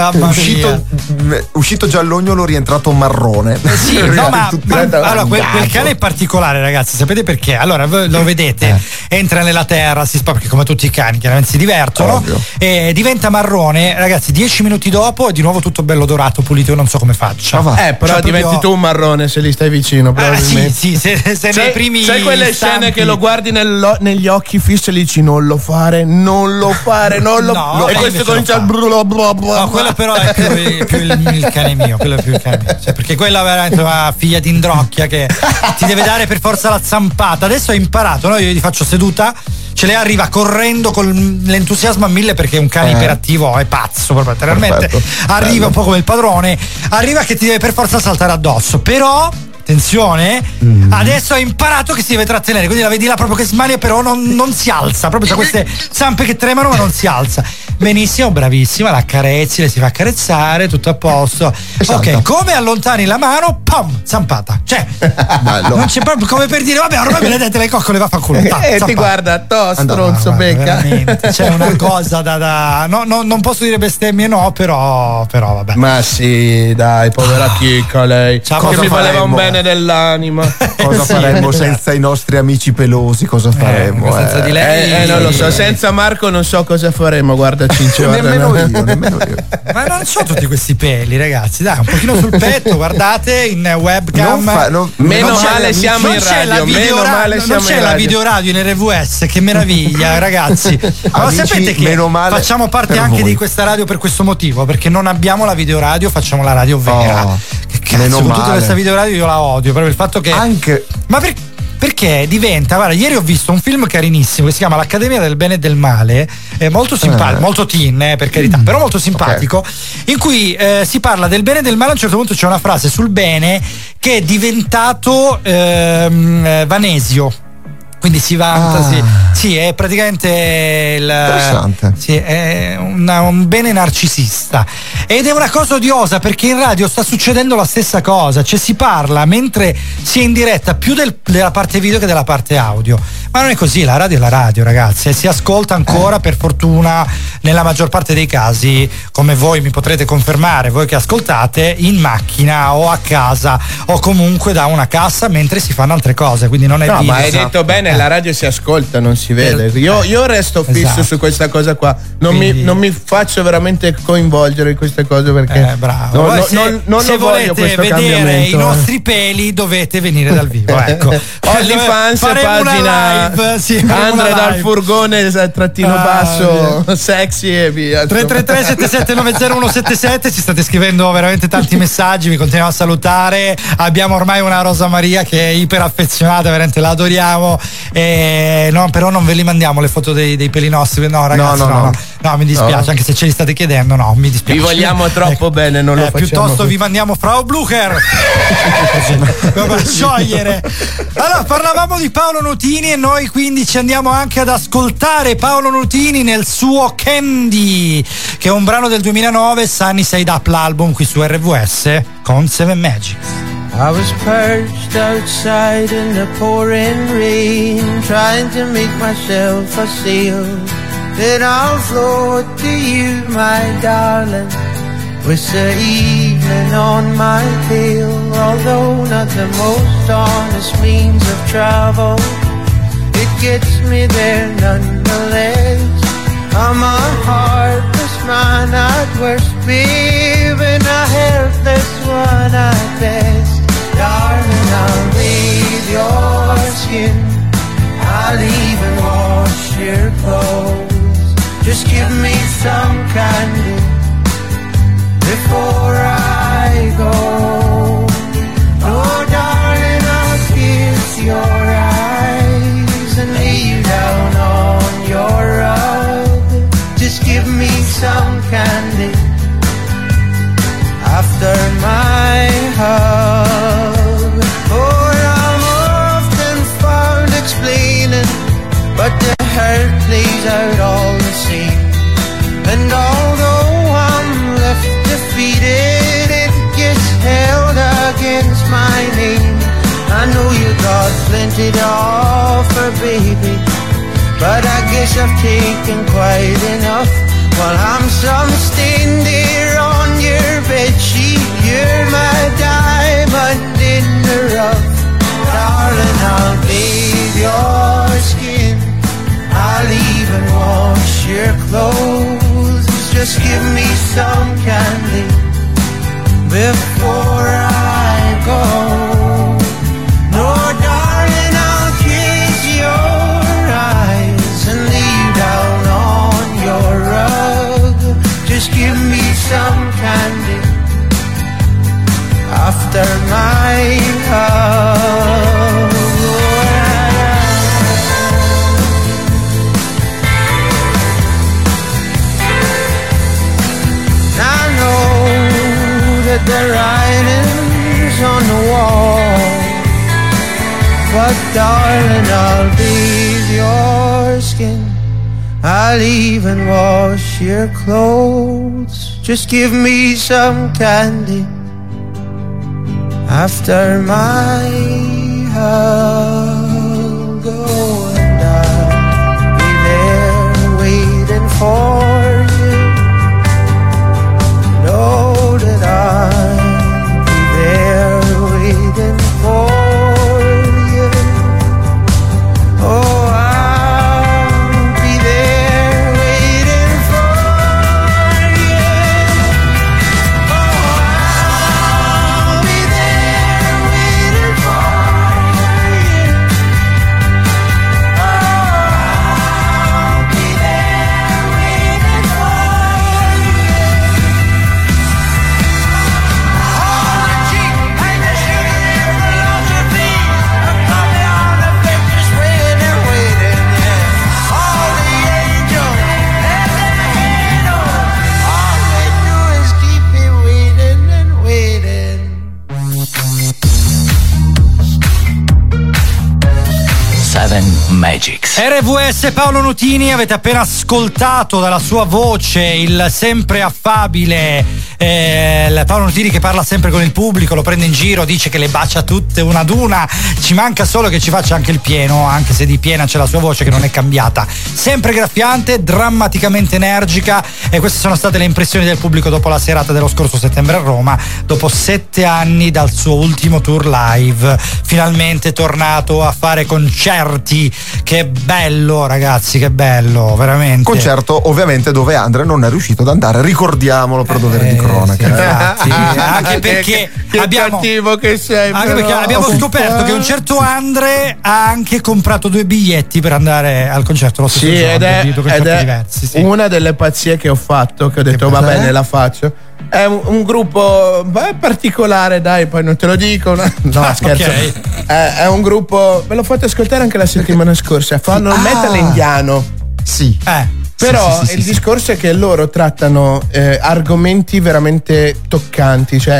Uscito giallognolo, rientrato marrone. Sì, no, ma allora, quel cane è particolare, ragazzi, sapete perché? Allora, voi lo vedete, entra nella terra, si spacca, perché come tutti i cani chiaramente si divertono, e diventa marrone, ragazzi, 10 minuti dopo è di nuovo tutto bello dorato, pulito, io non so come faccia. Però diventi tu un marrone se gli stai vicino, probabilmente. Sì, se nei primi sai quelle scene che lo guardi negli occhi fissi e gli dici non lo fare, e questo comincia a no, quello però è più il cane mio, quello è più il cane mio. Cioè, perché quella è veramente una figlia di indrocchia che ti deve dare per forza la zampata. Adesso ha imparato, no? Io gli faccio seduta, ce le arriva correndo con l'entusiasmo a 1000, perché un cane iperattivo è pazzo proprio letteralmente. Arriva un po' come il padrone, arriva che ti deve per forza saltare addosso, però attenzione, adesso ha imparato che si deve trattenere, quindi la vedi là proprio che smania, però non si alza, proprio c'ha queste zampe che tremano ma non si alza. benissimo, bravissima, la accarezzi, le si fa accarezzare, tutto a posto. Esatto. Ok, come allontani la mano, pam, zampata. Cioè, non c'è proprio come per dire, vabbè, ormai me le dette le coccole, va fa culo. E ti guarda, stronzo, becca. C'è una cosa non posso dire bestemmie, no, però vabbè. Ma sì, dai, povera chicca lei. Che mi voleva un bene dell'anima. Cosa faremmo senza i nostri amici pelosi? Cosa faremmo? Senza di lei non lo so, senza Marco non so cosa faremmo, guarda Cincio. Nemmeno io. Ma non so tutti questi peli, ragazzi, dai, un pochino sul petto, guardate in webcam. Meno male siamo in radio, non c'è la videoradio in RVS, che meraviglia, ragazzi. Ma Amici, sapete che facciamo parte anche di questa radio per questo motivo, perché non abbiamo la videoradio, facciamo la radio vera. Che cazzo, con tutta questa videoradio io la odio, proprio il fatto che ma perché diventa, guarda, ieri ho visto un film carinissimo che si chiama L'Accademia del Bene e del Male, molto simpatico, molto teen, per carità, però molto simpatico, in cui si parla del bene e del male. A un certo punto c'è una frase sul bene che è diventato vanesio. Quindi si vanta, sì, è praticamente è un bene narcisista, ed è una cosa odiosa, perché in radio sta succedendo la stessa cosa, cioè si parla mentre si è in diretta più della parte video che della parte audio, ma non è così, la radio è la radio, ragazzi, e si ascolta ancora, per fortuna, nella maggior parte dei casi, come voi mi potrete confermare, voi che ascoltate, in macchina o a casa o comunque da una cassa mentre si fanno altre cose, quindi non è video. Ma hai detto bene, la radio si ascolta, non si vede. Io resto fisso su questa cosa qua. Non mi faccio veramente coinvolgere in queste cose, perché bravo. Se volete vedere i nostri peli dovete venire dal vivo. Ecco. OnlyFans, pagina live, Andrea dal furgone _basso sexy e via. 333-7790177. Ci state scrivendo veramente tanti messaggi, vi continuiamo a salutare. Abbiamo ormai una Rosa Maria che è iper affezionata, veramente la adoriamo. No, però non ve li mandiamo le foto dei peli nostri. No, ragazzi, no, mi dispiace, anche se ce li state chiedendo, no, mi dispiace. Vi vogliamo troppo bene, non lo facciamo. Piuttosto vi mandiamo Frau Blucher per sciogliere. Allora, parlavamo di Paolo Nutini e noi quindi ci andiamo anche ad ascoltare Paolo Nutini nel suo Candy, che è un brano del 2009, Sunny Side Up, l'album, qui su RVS con Seven Magics. I was perched outside in the pouring rain, trying to make myself a sail. Then I'll float to you, my darling, with the evening on my tail. Although not the most honest means of travel, it gets me there nonetheless. I'm a heartless man at worst, babe, and a helpless one at best. Darling, I'll bathe your skin, I'll even wash your clothes. Just give me some candy before I go. Oh, darling, I'll kiss your eyes and lay you down on your rug. Just give me some candy after my hug. Oh, I'm often found explaining, but the hurt plays out all the same. And although I'm left defeated, it gets held against my name. I know you got plenty to offer, baby, but I guess I've taken quite enough. While I'm some stain there on your bedsheet, you're my diamond in the rough. Darling, I'll bathe your skin, I'll even wash your clothes. Just give me some candy before I go. No, darling, I'll kiss your eyes and lay you down on your rug. Just give me some candy after my hug. I know that the writing's on the wall, but darling, I'll bathe your skin, I'll even wash your clothes. Just give me some candy after my hug. Oh, and I'll be there waiting for you. Know that I'll be there waiting for you. Oh, I'll be there waiting for you. Oh, I'll be there waiting for you. Oh, I'll be there waiting for you. All the cheap and the sugar and the lingerie, a copy on the pictures waiting, waiting, yeah. All the angels and the halos, all they do is keep me waiting and waiting. Seven Magics. RVS Paolo Nutini, avete appena ascoltato dalla sua voce il sempre affabile Paolo Nutini, che parla sempre con il pubblico, lo prende in giro, dice che le bacia tutte una ad una, ci manca solo che ci faccia anche il pieno, anche se di piena c'è la sua voce che non è cambiata, sempre graffiante, drammaticamente energica. E queste sono state le impressioni del pubblico dopo la serata dello scorso settembre a Roma, dopo 7 anni dal suo ultimo tour live, finalmente tornato a fare concerti. Che bello, ragazzi, che bello, veramente. Concerto ovviamente dove Andre non è riuscito ad andare, ricordiamolo per dovere di cronaca. Sì, anche perché abbiamo cattivo che sei, anche perché abbiamo scoperto che un certo Andre ha anche comprato 2 biglietti per andare al concerto lo stesso giorno, ed è diversi, sì. Una delle pazzie che ho fatto, che ho detto va bene, la faccio. È un gruppo particolare, dai, poi non te lo dico. No, scherzo. Okay. È un gruppo, ve l'ho fatto ascoltare anche la settimana scorsa. Fanno il metal indiano. Sì. Però il discorso è che loro trattano argomenti veramente toccanti, cioè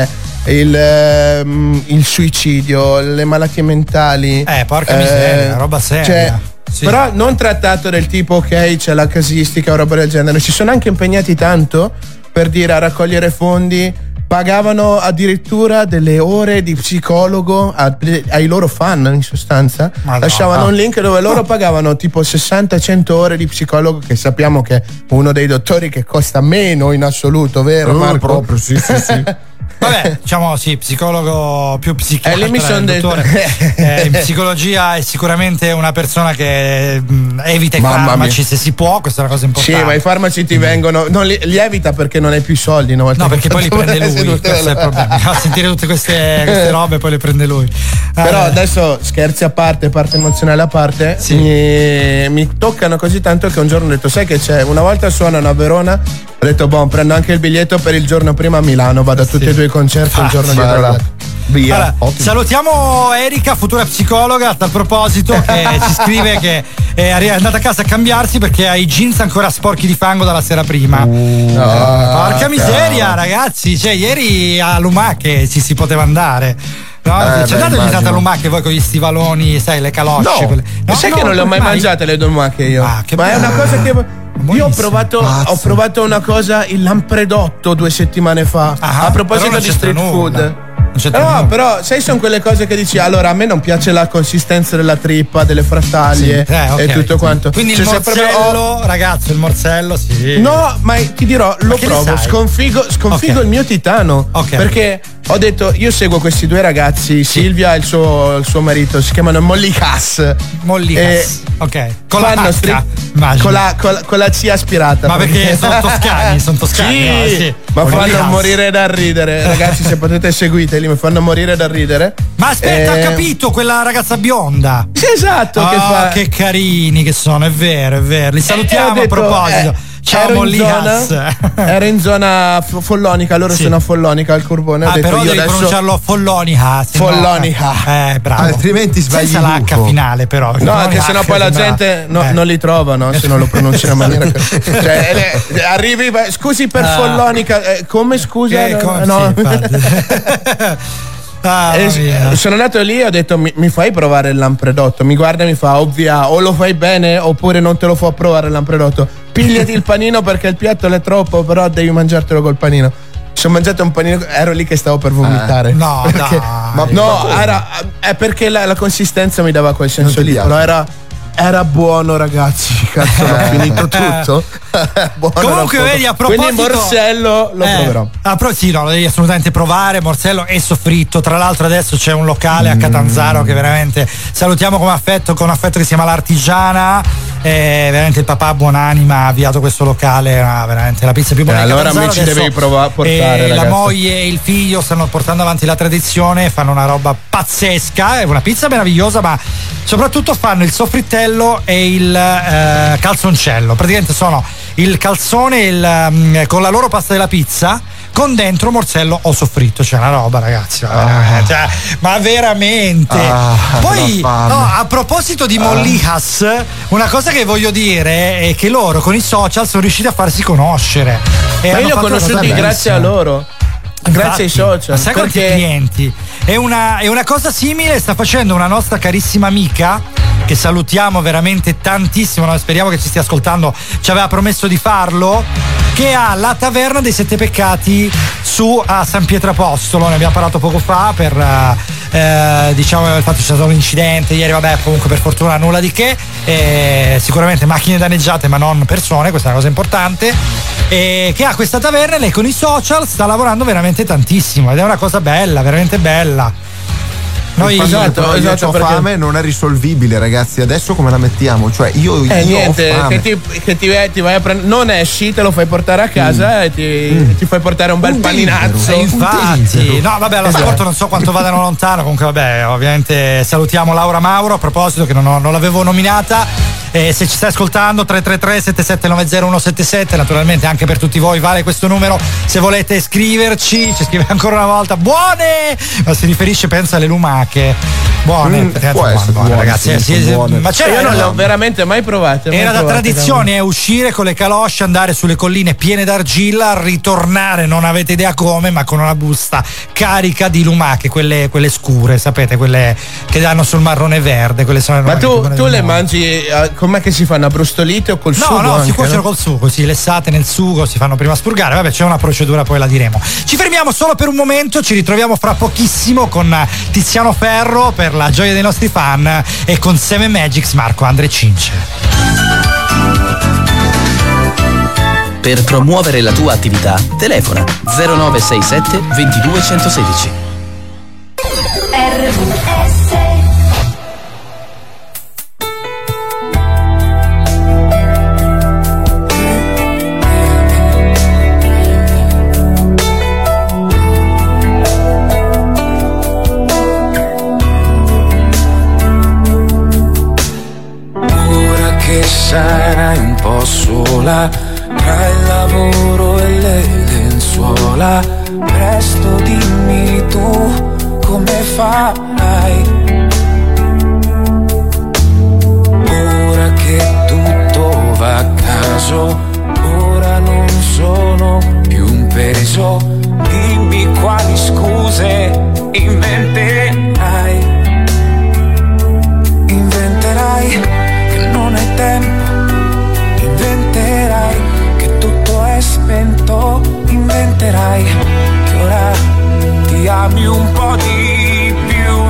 il suicidio, le malattie mentali. Porca miseria, roba seria. Cioè, sì. Però non trattato del tipo ok, c'è la casistica o roba del genere. Si sono anche impegnati tanto per dire a raccogliere fondi. Pagavano addirittura delle ore di psicologo ai loro fan, in sostanza. Lasciavano un link dove loro pagavano tipo 60-100 ore di psicologo, che sappiamo che è uno dei dottori che costa meno in assoluto, vero Marco? Proprio, sì. Vabbè, diciamo sì, psicologo più psichiatra. Lì mi sono detto in psicologia è sicuramente una persona che evita i farmaci se si può, questa è una cosa importante. Sì, ma i farmaci ti vengono, non li evita perché non hai più soldi, no? Perché poi li prende lui, questo è il problema. A sentire tutte queste robe poi le prende lui. Però adesso, scherzi a parte emozionale a parte, mi toccano così tanto che un giorno ho detto, sai che c'è, una volta suonano a Verona, ho detto prendo anche il biglietto per il giorno prima a Milano, vado a tutti e 2 i concerti un giorno dietro l'altro. Via. Allora, salutiamo Erika, futura psicologa, a tal proposito, che ci scrive che è andata a casa a cambiarsi perché ha i jeans ancora sporchi di fango dalla sera prima. Porca miseria, ragazzi, cioè ieri a Lumache ci si poteva andare. No, c'è andate ogni tanto a Lumache voi con gli stivaloni, sai, le calosce. No, sai che non le ho mai mangiate le Lumache io. Ma è una cosa che io ho provato una cosa, il lampredotto 2 settimane fa, a proposito di street food. No, però sai, sono quelle cose che dici, allora a me non piace la consistenza della trippa, delle frattaglie e tutto quanto. Quindi il morsello, ragazzo, il morsello, sì. No, ma ti dirò, lo provo, sconfigo il mio titano. Perché ho detto, io seguo questi 2 ragazzi, Silvia e il suo marito, si chiamano Mollicas. Ok. Con la C aspirata. Ma perché sono toscani? Sì, ma fanno morire da ridere. Ragazzi, se potete seguiteli, mi fanno morire da ridere. Ma aspetta, ho capito, quella ragazza bionda. Sì, esatto. Che carini che sono, è vero. Li salutiamo a proposito. Ciao Mollicas. Ero in zona follonica, loro sono a Follonica al Curbone. Ho detto, però io devi adesso pronunciarlo Follonica. Bravo. Altrimenti sbagli senza l'H finale, però. No, che sennò poi la gente non li trova, no? Se non lo pronuncia in maniera cioè, arrivi, scusi per Follonica, come scusa? No. Sono andato lì e ho detto mi fai provare il lampredotto? Mi guarda e mi fa ovvia, o lo fai bene oppure non te lo fa provare il lampredotto. Pigliati il panino perché il piatto è troppo, però devi mangiartelo col panino. Ci ho mangiato un panino, ero lì che stavo per vomitare. No, perché, è perché la consistenza mi dava quel senso lì, però era buono, ragazzi. Cazzo, l'ho finito tutto. Buono. Comunque, vedi, a proposito. Quindi Morsello lo proverò. Sì, no, lo devi assolutamente provare. Morsello e soffritto. Tra l'altro, adesso c'è un locale a Catanzaro che veramente salutiamo con affetto che si chiama L'Artigiana. Veramente il papà buonanima ha avviato questo locale. Veramente la pizza più buona. Allora, mi ci devi portare. La moglie e il figlio stanno portando avanti la tradizione. Fanno una roba pazzesca. È una pizza meravigliosa, ma soprattutto fanno il soffrittello e il calzoncello. Praticamente sono il calzone con la loro pasta della pizza con dentro morsello o soffritto. C'è una roba, ragazzi, ma veramente. Poi a proposito di Mollijas, una cosa che voglio dire è che loro con i social sono riusciti a farsi conoscere. Ma io li ho conosciuti grazie a loro. Grazie ai social. Sai quanti clienti? E una cosa simile sta facendo una nostra carissima amica, che salutiamo veramente tantissimo, noi speriamo che ci stia ascoltando, ci aveva promesso di farlo, che ha la taverna dei Sette Peccati a San Pietrapostolo. Ne abbiamo parlato poco fa per diciamo il fatto che c'è stato un incidente ieri, vabbè, comunque per fortuna nulla di che, sicuramente macchine danneggiate ma non persone, questa è una cosa importante, che ha questa taverna e lei con i social sta lavorando veramente tantissimo ed è una cosa bella, veramente bella. Noi esatto, ho fame, non è risolvibile, ragazzi. Adesso come la mettiamo? Cioè io niente, ho fame. che ti vai a prendere, non esci, te lo fai portare a casa e ti fai portare un bel paninazzo. Infatti, no, vabbè, all'asporto non so quanto vadano lontano. Comunque, vabbè, ovviamente salutiamo Laura Mauro. A proposito, che non l'avevo nominata. Se ci stai ascoltando, 333-7790-177, naturalmente anche per tutti voi vale questo numero se volete scriverci. Ci scrive ancora una volta buone, ma si riferisce, pensa, alle lumache buone, buone ragazzi, buone. Ma io non le ho veramente mai provate. Era da tradizione uscire con le calosce, andare sulle colline piene d'argilla, ritornare non avete idea come, ma con una busta carica di lumache, quelle scure, sapete, quelle che danno sul marrone verde, quelle sono. Ma tu le mangi com'è che si fanno, a brustolite o col sugo? No, si cuociono col sugo, sì, lessate nel sugo, si fanno prima spurgare, vabbè, c'è una procedura, poi la diremo. Ci fermiamo solo per un momento, ci ritroviamo fra pochissimo con Tiziano Ferro per la gioia dei nostri fan e con Seven Magics Marco Andre Cince. Per promuovere la tua attività, telefona 0967 22 116. RVS. Sarai un po' sola tra il lavoro e le lenzuola. Presto dimmi tu come farai. Ora che tutto va a caso, ora non sono più un peso. Dimmi quali scuse inventerai. Inventerai che non hai tempo. Inventerai che tutto è spento. Inventerai che ora ti ami un po' di più.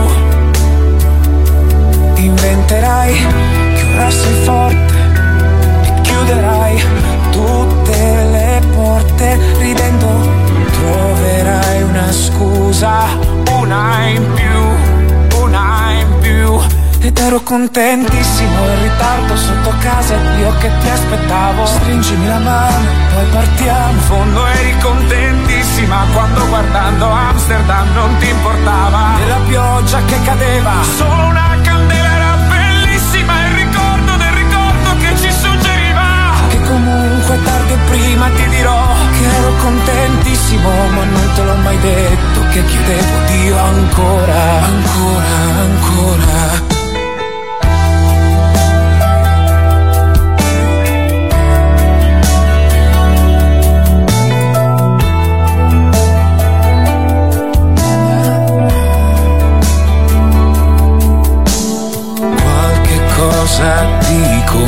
Inventerai che ora sei forte e chiuderai tutte le porte. Ridendo troverai una scusa, una in più, una in più. Ed ero contentissimo in ritardo sotto casa, io che ti aspettavo. Stringimi la mano, poi partiamo. In fondo eri contentissima quando guardando Amsterdam non ti importava della pioggia che cadeva. Solo una candela era bellissima, il ricordo del ricordo che ci suggeriva che comunque tardi o prima ti dirò che ero contentissimo, ma non te l'ho mai detto che chiedevo Dio ancora, ancora, ancora.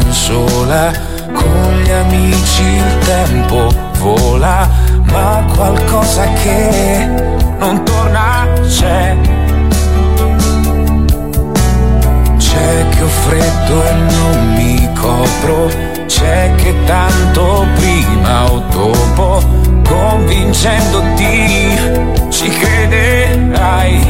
sola, con gli amici il tempo vola, ma qualcosa che non torna c'è. C'è che ho freddo e non mi copro, c'è che tanto prima o dopo, convincendoti, ci crederai.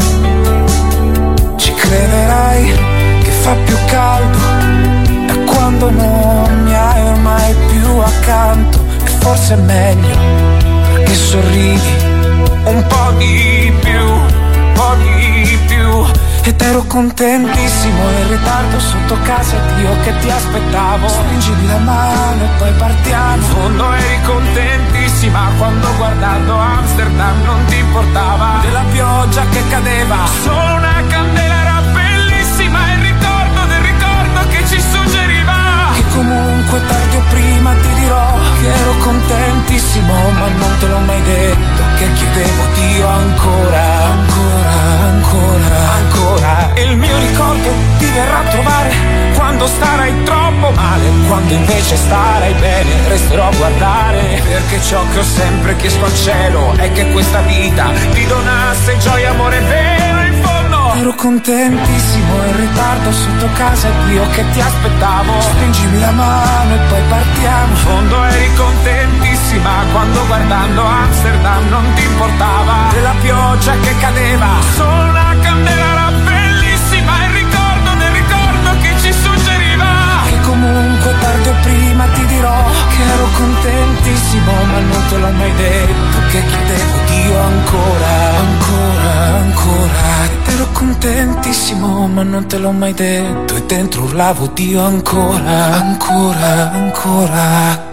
Ci crederai che fa più caldo da quando non mi hai ormai più accanto. E forse è meglio perché sorridi un po' di più, un po' di più. Ed ero contentissimo in ritardo sotto casa ed io che ti aspettavo. Stringimi la mano e poi partiamo. In fondo eri contentissima quando guardando Amsterdam non ti importava della pioggia che cadeva. Solo una candela era bellissima, il ricordo del ricordo che ci suggeriva che comunque tardi o prima ti dirò che ero contentissimo, ma non te l'ho mai detto, che chiedevo Dio ancora, ancora, ancora, ancora. E il mio ricordo ti verrà a trovare quando starai troppo male, quando invece starai bene resterò a guardare, perché ciò che ho sempre chiesto al cielo è che questa vita ti donasse gioia, amore vero. In fondo ero contentissimo in ritardo sotto casa ed io che ti aspettavo. Stringimi la mano e poi partiamo. In fondo eri contentissima quando guardando Amsterdam non ti importava della pioggia che cadeva. Solo una candela era bellissima, il ricordo del ricordo che ci suggeriva che comunque tardi o prima ti dirò che ero contentissimo, ma non te l'ho mai detto, che chiedevo Dio ancora, ancora, ancora. Ed ero contentissimo, ma non te l'ho mai detto, e dentro urlavo Dio ancora, ancora, ancora.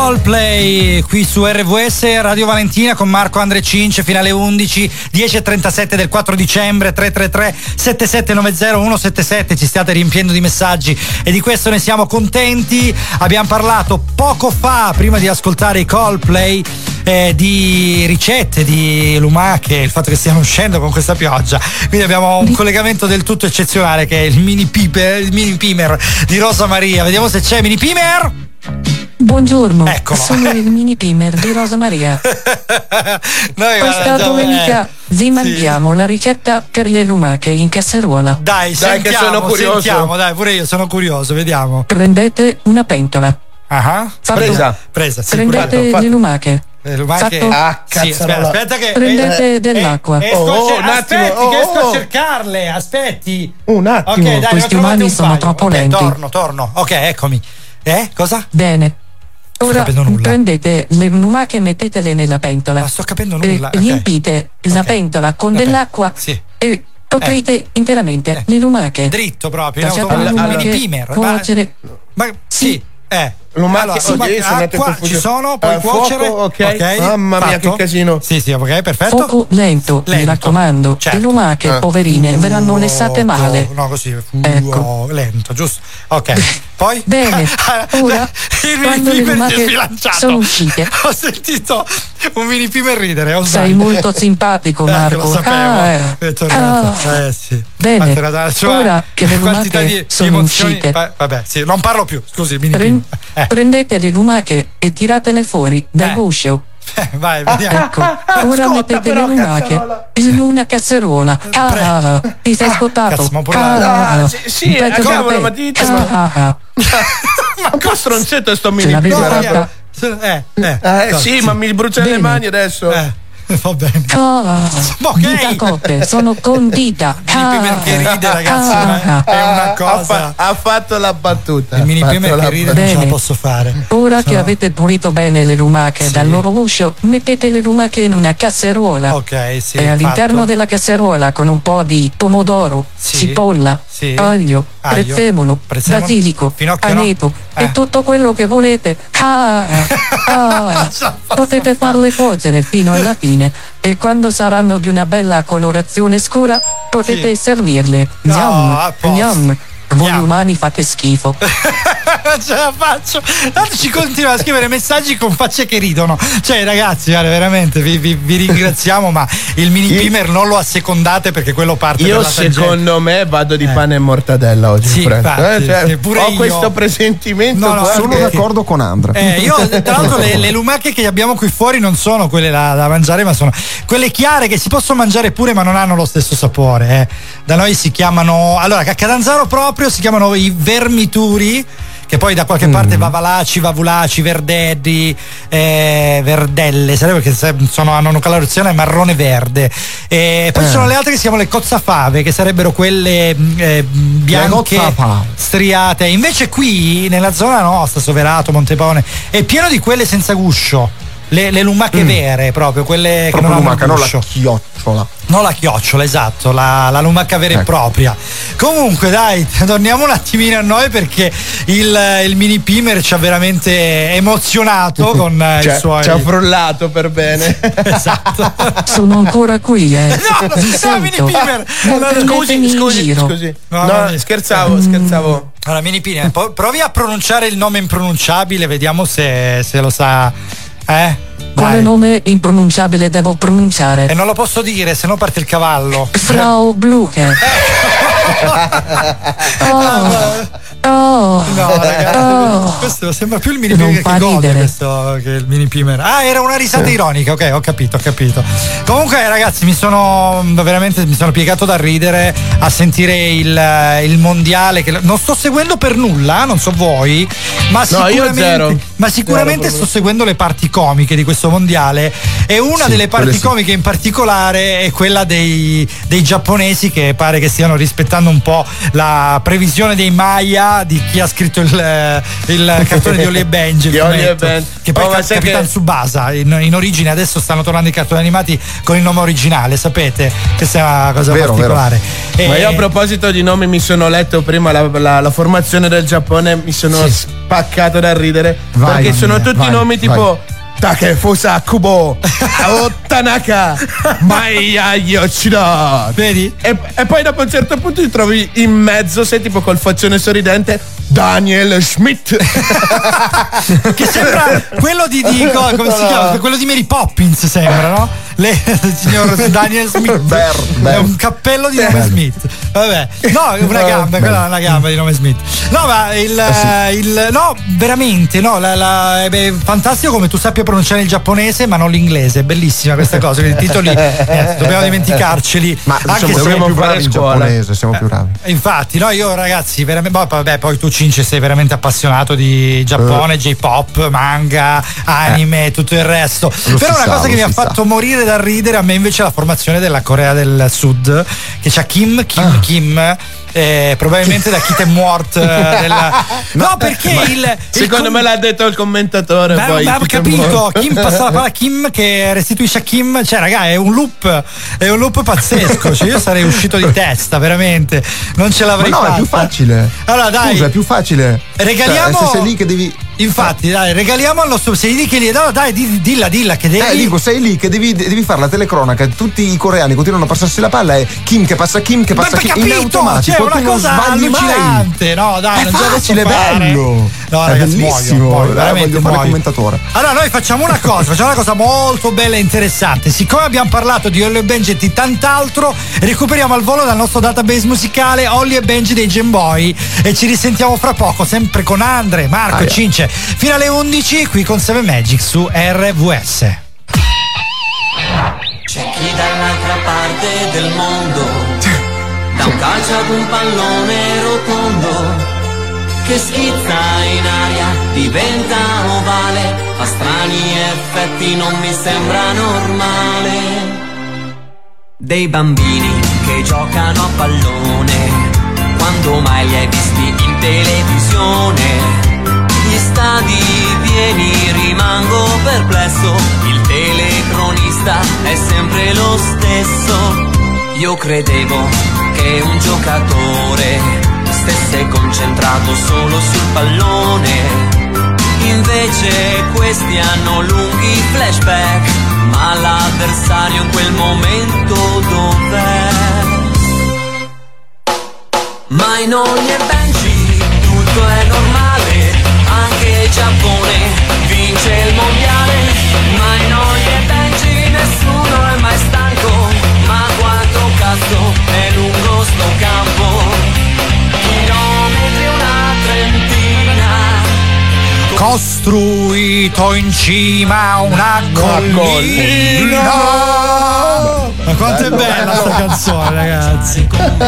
Coldplay qui su RVS Radio Valentina con Marco Andre Cince fino alle 11, 10:37 del 4 dicembre. 333 7790 177. Ci stiate riempiendo di messaggi e di questo ne siamo contenti. Abbiamo parlato poco fa, prima di ascoltare i Coldplay, di ricette, di lumache, il fatto che stiano uscendo con questa pioggia, quindi abbiamo un collegamento del tutto eccezionale che è il mini pimer di Rosa Maria. Vediamo se c'è mini pimer. Buongiorno, Eccolo. sono il mini pimer di Rosa Maria. Questa domenica vi mandiamo la ricetta per le lumache in casseruola. Dai, che sono curioso. Sentiamo, dai, pure io sono curioso, vediamo. Prendete una pentola. Presa, sì, prendete le lumache. Le lumache. Sì, aspetta che prendete dell'acqua. un attimo, che esco a cercarle. Aspetti. Un attimo. Ok, dai, questi umani sono troppo lenti. Torno. Ok, eccomi. Cosa? Bene. Ora prendete le lumache e mettetele nella pentola. Ma sto capendo nulla. Riempite la pentola con dell'acqua e coprite interamente le lumache. Dritto proprio. Lasciate le lumache cuocere. Ma sì. Lumache, acqua ci sono, puoi cuocere. Ok. Mamma mia, che casino. Sì, ok, perfetto. Fuoco lento, mi raccomando. Certo. Le lumache, poverine, verranno lessate male. No, così. Ecco. Lento, giusto. Ok. Poi? Bene. Ora, quando le lumache sono uscite. Ho sentito un mini pimer ridere. Sei molto simpatico, Marco. Lo sapevo. È tornato. Sì. Bene. Ora che le lumache sono uscite. Vabbè, sì, non parlo più. Scusi, prendete le lumache e tiratele fuori dal guscio. Vai, vediamo. Ecco, ora mettete le lumache in una casseruola. Ti sei scottato. Sì, cavolo, ma dite. Ma un po' stronzetto sto mini pimer. Sì, ma mi brucia le mani adesso. Va bene. Dita cotte, sono condita. Perché ride, ragazzi, è una cosa. Ha fatto la battuta. Il mini pimer che ride non ce la posso fare. Ora che avete pulito bene le lumache dal loro guscio, mettete le lumache in una casseruola. Ok, sì. E all'interno della casseruola con un po' di pomodoro, cipolla, olio, prezzemolo, basilico, aneto e tutto quello che volete. Potete farle cuocere fino alla fine e quando saranno di una bella colorazione scura potete servirle. Gnam. Voi umani fate schifo. Non ce la faccio. Tanto ci continua a scrivere messaggi con facce che ridono. Cioè, ragazzi, veramente vi ringraziamo, ma il mini pimer non lo assecondate perché quello parte io dalla tangente. Secondo me vado di pane e mortadella oggi. Sì, infatti, pure ho questo presentimento. Sono d'accordo con Andrea. Io tra l'altro le lumache che abbiamo qui fuori non sono quelle da mangiare, ma sono quelle chiare che si possono mangiare pure, ma non hanno lo stesso sapore. Da noi si chiamano, allora a Catanzaro proprio si chiamano i vermituri, che poi da qualche parte vavulaci, verdeddi, verdelle, sarebbe che hanno una colorazione marrone verde. Poi ci sono le altre che si chiamano le cozzafave, che sarebbero quelle bianche striate. Invece qui nella zona nostra, Soverato, Montepone, è pieno di quelle senza guscio. Le lumache vere, proprio quelle proprio che non lumaca, hanno non guscio. la chiocciola. Non la chiocciola, esatto, la lumaca vera e propria. Comunque dai, torniamo un attimino a noi perché il mini pimer ci ha veramente emozionato con i suoi. Ci ha frullato per bene. Esatto. Sono ancora qui, No, mini pimer. Scusi. No, scherzavo. Allora, mini pimer, provi a pronunciare il nome impronunciabile, vediamo se lo sa. Quale nome impronunciabile devo pronunciare? E non lo posso dire, se no parte il cavallo. Frau Blucher. No, ragazzi, questo sembra più il mini pimer che gode questo che il mini pimer. Era una risata ironica, ok, ho capito. Comunque, ragazzi, mi sono piegato da ridere a sentire il mondiale che non sto seguendo per nulla, non so voi, ma sicuramente sto seguendo le parti comiche di questo mondiale e una delle parti comiche in particolare è quella dei giapponesi che pare che stiano rispettando un po' la previsione dei Maya di chi scritto il cartone di Holly e Benji. Che poi è Capitan Tsubasa. In origine adesso stanno tornando i cartoni animati con il nome originale, sapete? Questa è una cosa particolare. Ma io a proposito di nomi mi sono letto prima la formazione del Giappone, mi sono spaccato da ridere. Perché sono tutti nomi tipo Takefusa Kubo, Tanaka, Maya Yoshida. Vedi? E poi dopo a un certo punto ti trovi in mezzo, sei tipo col faccione sorridente, Daniel Schmidt. Che sembra quello di come si chiama? Quello di Mary Poppins sembra, no? Il signor Daniel Smith. È un cappello di nome Smith. Vabbè. No, una gamba, quella è una gamba di nome Smith. No, ma no, veramente, no, è fantastico come tu sappia pronunciare il giapponese ma non l'inglese, è bellissima questa cosa, i titoli dobbiamo dimenticarceli, ma anche siamo più bravi in giapponese, siamo più bravi. Infatti, no, io ragazzi veramente, vabbè, poi tu Cince sei veramente appassionato di Giappone, J-pop, manga, anime, tutto il resto. Però una cosa che mi ha fatto morire da ridere a me invece è la formazione della Corea del Sud, che c'ha Kim, probabilmente da Kit Mort no, perché secondo me l'ha detto il commentatore. Poi ho capito, Kim passa la palla, Kim che restituisce a Kim, cioè raga è un loop pazzesco, cioè io sarei uscito di testa veramente, non ce l'avrei fatta. È più facile. Allora dai, scusa, è più facile, regaliamo, cioè, se sei lì che devi, infatti dai, regaliamo al nostro, sei lì che gli dai, dilla che devi, dico, sei lì che devi fare la telecronaca, tutti i coreani continuano a passarsi la palla, e Kim che passa Kim in automatico, è una cosa allucinante, no dai, è facile, bello, no, è ragazzi, bellissimo, voglio fare il commentatore. Allora noi facciamo una cosa molto bella e interessante, siccome abbiamo parlato di Holly e Benji e di tant'altro, recuperiamo al volo dal nostro database musicale Holly e Benji dei Game Boy e ci risentiamo fra poco, sempre con Andre, Marco e Cince, fino alle 11 qui con 7 Magic su RVS. C'è chi dall'altra parte del mondo da un calcio ad un pallone rotondo che schizza in aria, diventa ovale, fa strani effetti, non mi sembra normale. Dei bambini che giocano a pallone, quando mai li hai visti in televisione? Gli stadi pieni, rimango perplesso, il telecronista è sempre lo stesso. Io credevo che un giocatore stesse concentrato solo sul pallone, invece questi hanno lunghi flashback, ma l'avversario in quel momento dov'è? Ma in Holly e Benji tutto è normale, anche il Giappone vince il mondiale. Ma in Holly e Benji nessuno è mai stanco, ma quanto cazzo è lungo sto campo, chilometri una trentina, costruito in cima a una collina. Ma quanto è bella sta canzone, ragazzi.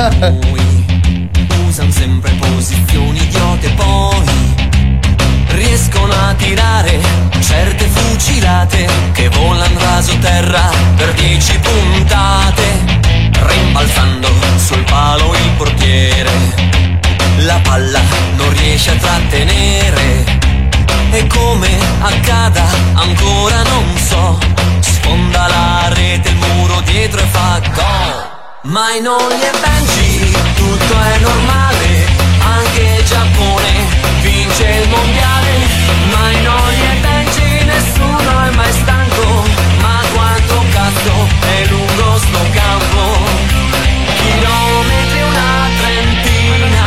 Usano sempre posizioni idiote, poi riescono a tirare certe fucilate che volano raso terra per 10 puntate, rimbalzando sul palo il portiere, la palla non riesce a trattenere, e come accada ancora non so, sfonda la rete, il muro dietro e fa gol. Ma in Holly e Benji tutto è normale, anche il Giappone vince il mondiale. Ma in Holly e Benji nessuno è mai stanco, ma quanto cazzo è lungo sto campo, chilometri una trentina,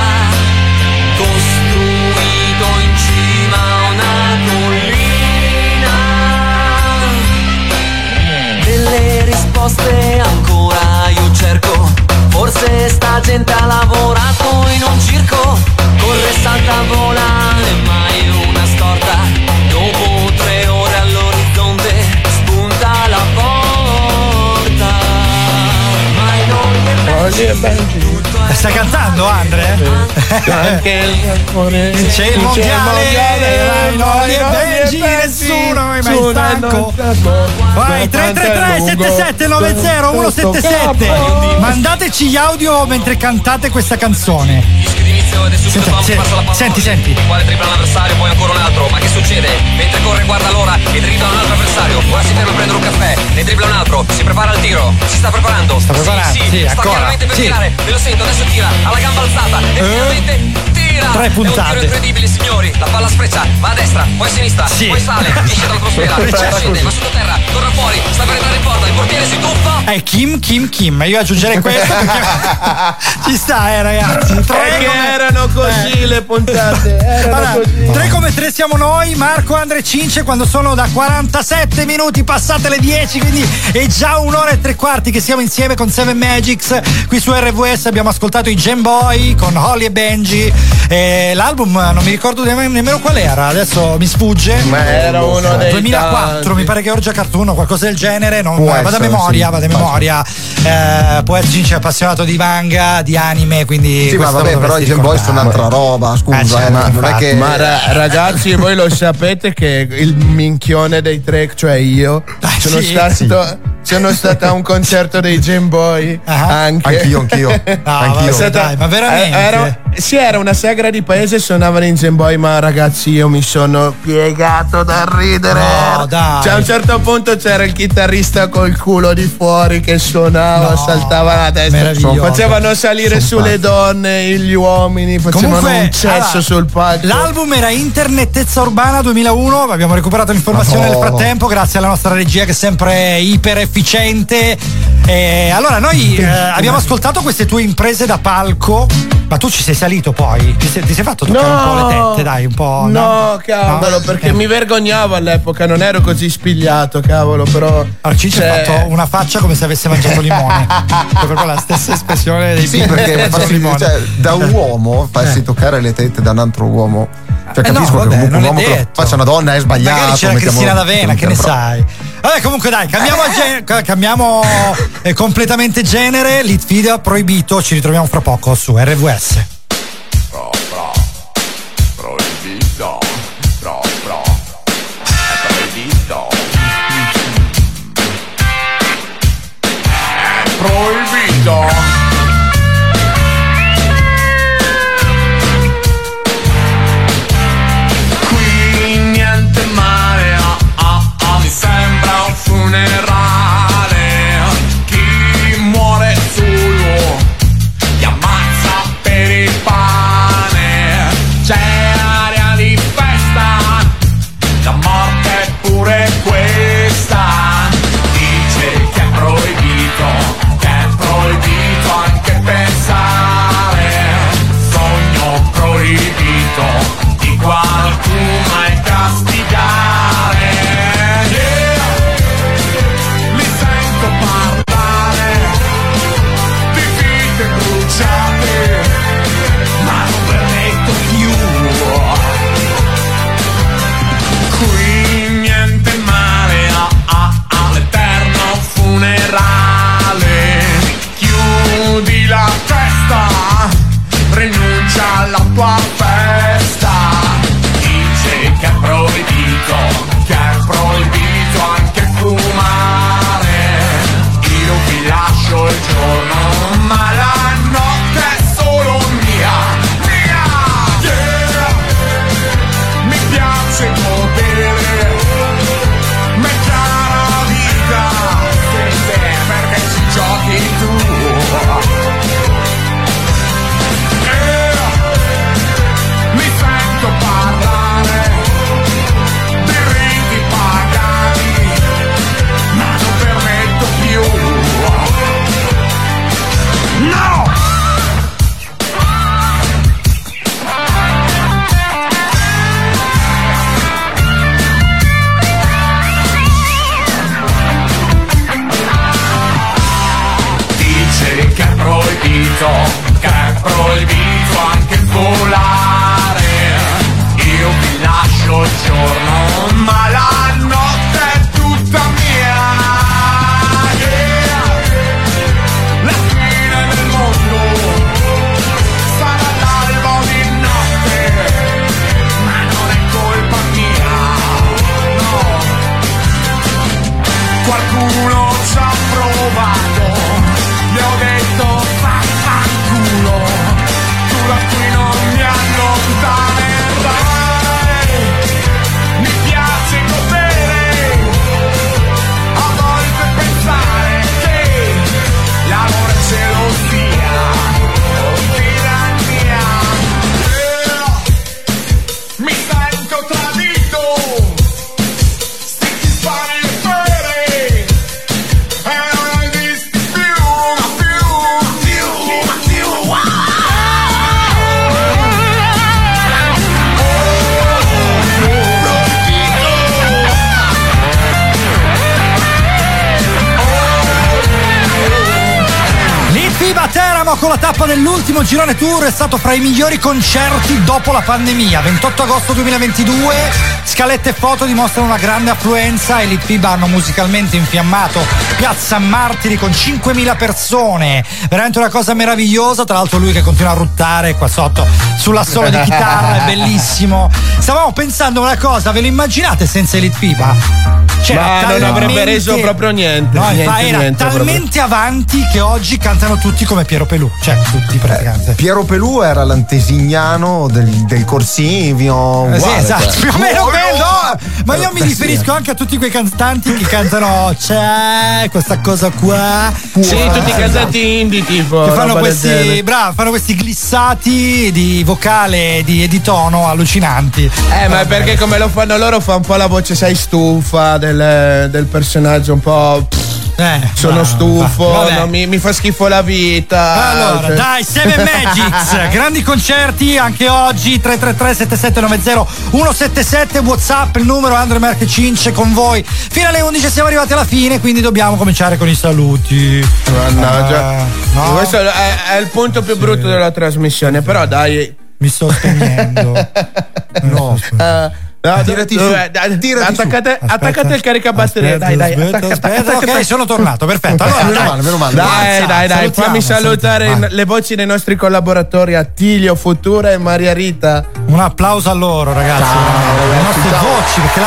costruito in cima a una collina. Delle risposte ancora io cerco, forse sta gente ha lavorato in un circo, corre, salta, vola e mai una storta, dopo 3 ore all'orizzonte spunta la porta. Ma in Holly e Benji sta cantando Andre? Anche il Giappone c'è il mondiale, in Holly e Benji nessuno è mai stanco. Vai 333 7790 177, mandateci gli audio mentre cantate questa canzone. Senti. Quale dribbla l'avversario, poi ancora un altro. Ma che succede? Mentre corre guarda l'ora e dribbla un altro avversario. Ora si ferma a prendere un caffè, ne dribbla un altro. Si prepara al tiro, si sta preparando. Sì, sta ancora. chiaramente per tirare. Ve lo sento, adesso tira, ha la gamba alzata e finalmente tira. 3 puntate. È un tiro incredibile, signori. La palla spreccia, va a destra, poi a sinistra, poi sale, esce dall'atmosfera, scende, va sottoterra, torna fuori, sta per entrare in porta, il portiere si tuffa. Kim. Io aggiungerei questo perché ci sta, ragazzi. Erano così le puntate. Erano così. 3 come 3 siamo noi, Marco, Andre e Cince, quando sono da 47 minuti passate le 10, quindi è già 1 ora e 3 quarti che siamo insieme con Seven Magics qui su RVS. Abbiamo ascoltato i Jam Boy con Holly e Benji. L'album non mi ricordo nemmeno qual era, adesso mi sfugge. Ma era uno dei 2004, tanti. mi pare che Orgia Cartoon o qualcosa del genere. Non Può vado a essere, memoria, sì. vado a memoria. Poi Cince è appassionato di manga, di anime, quindi Sì, ma vabbè, però i Jam Boy sono un'altra roba, scusa, non è che. Ma ragazzi, voi lo sapete che il minchione dei track, cioè io, sono stato a un concerto dei Jam Boy. Anche. Anch'io. Anch'io. Dai, ma veramente? Era una sagra di paese, suonavano in Jam Boy, ma ragazzi, io mi sono piegato da ridere. No, dai. Cioè, a un certo punto c'era il chitarrista col culo di fuori che suonava, saltava la testa, facevano salire sulle donne gli uomini, facevano un cesso sul palco. L'album era Internetezza Urbana 2001, abbiamo recuperato l'informazione nel frattempo grazie alla nostra regia che è sempre iper efficiente. Allora noi abbiamo ascoltato queste tue imprese da palco, ma tu ci sei salito poi? Ti sei fatto toccare un po' le tette, dai, un po'? No, cavolo, perché mi vergognavo all'epoca, non ero così spigliato, cavolo, però. Arcinci ha fatto una faccia come se avesse mangiato limone. È proprio la stessa espressione dei Sì, perché da uomo farsi toccare le tette da un altro uomo. Cioè, capisco che comunque un uomo che lo faccia una donna è sbagliato. Magari c'era Cristina D'Avena, che ne sai. Vabbè, comunque dai, cambiamo completamente genere. L'hit video proibito, ci ritroviamo fra poco su RVS. Proibito, proibito. Proibito. Qui niente male, mi sembra un funerale. Chi muore solo ti ammazza per il pane. C'è aria di festa, la morte è pure questa. Dice che è proibito anche pensare. Sogno proibito di qualcuno e castigare. Yeah. Mi sento parlare di vite bruciate, ma non permetto più. Qui niente male, all'eterno funerale. Chiudi la testa, rinuncia alla tua festa. Dice che è proibito anche fumare. Io vi lascio il giorno, ma la notte è solo mia. Yeah. Mi piace il potere, metti la vita, perché ci giochi tu. Mi sento parlare di riti pagani, ma non permetto più. No! Dice che è proibito anche volare. Io vi lascio il giorno, ma la notte è tutta mia. Yeah. La fine del mondo sarà l'alba di notte, ma non è colpa mia, no. Qualcuno ci ha provato, gli ho detto vaffanculo, tu la qui non mi hanno Chiudiamo con la tappa dell'ultimo girone tour, è stato fra i migliori concerti dopo la pandemia. 28 agosto 2022, scalette e foto dimostrano una grande affluenza e l'IP hanno musicalmente infiammato Piazza Martiri con 5.000 persone. Veramente una cosa meravigliosa, tra l'altro lui che continua a ruttare qua sotto sulla solo di chitarra, è bellissimo. Stavamo pensando una cosa, ve lo immaginate senza Elite Pipa? Ma non avrebbe reso proprio niente. No, niente, era talmente avanti che oggi cantano tutti come Piero Pelù. Cioè, tutti praticamente. Piero Pelù era l'antesignano del Corsivio. Sì, esatto, più o meno ma io mi riferisco anche a tutti quei cantanti che cantano c'è questa cosa qua. Sì, tutti i cantanti indie tipo. Che fanno questi glissati di vocale e di tono allucinanti. Ma è perché come lo fanno loro fa un po' la voce, sai, stufa del personaggio, un po'. Sono stufo, no, mi fa schifo la vita. Allora, dai, Seven Magics, grandi concerti anche oggi. 333-7790-177, WhatsApp, il numero Andre Merck Cince con voi. Fino alle 11 siamo arrivati alla fine, quindi dobbiamo cominciare con i saluti. Mannaggia. No. Questo è il punto più brutto della trasmissione, però dai. Mi sto spegnendo. No. Tirati su. Attaccate il caricabatterie. Dai. Aspetta, ok, sono tornato. Perfetto. Allora, meno male. Dai, fammi salutare le voci dei nostri collaboratori Attilio, Futura e Maria Rita. Un applauso a loro, ragazzi. Le nostre voci, perché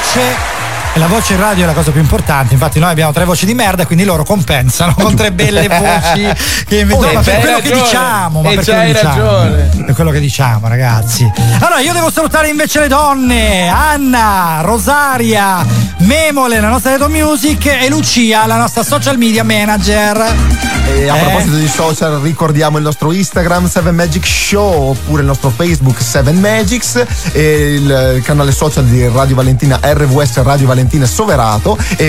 la voce in radio è la cosa più importante. Infatti noi abbiamo 3 voci di merda, quindi loro compensano con 3 belle voci che ma per quello che diciamo, per quello che diciamo, ragazzi. Allora io devo salutare invece le donne: Anna, Rosaria, Memole, la nostra Radio Music, e Lucia, la nostra social media manager. E a proposito di social, ricordiamo il nostro Instagram 7 Magic Show, oppure il nostro Facebook 7 Magics, e il canale social di Radio Valentina RVS Radio Valentina Soverato e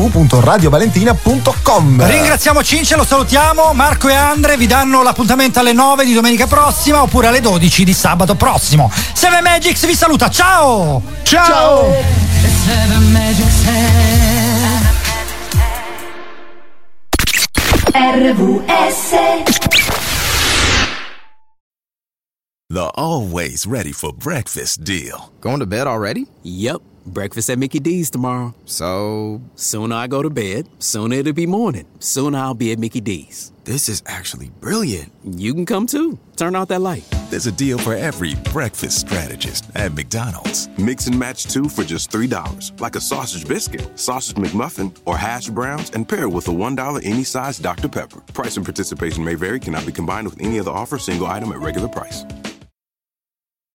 www.radiovalentina.com. Ringraziamo Cince, lo salutiamo. Marco e Andre vi danno l'appuntamento alle 9 di domenica prossima, oppure alle 12 di sabato prossimo. 7 Magics vi saluta, ciao! Ciao! RVS. The always ready for breakfast deal. Going to bed already? Yep. Breakfast at Mickey D's tomorrow. So, sooner I go to bed, sooner it'll be morning. Sooner I'll be at Mickey D's. This is actually brilliant. You can come too. Turn out that light. There's a deal for every breakfast strategist at McDonald's. Mix and match 2 for just $3. Like a sausage biscuit, sausage McMuffin, or hash browns, and pair it with a $1 any size Dr. Pepper. Price and participation may vary, cannot be combined with any other offer, single item at regular price.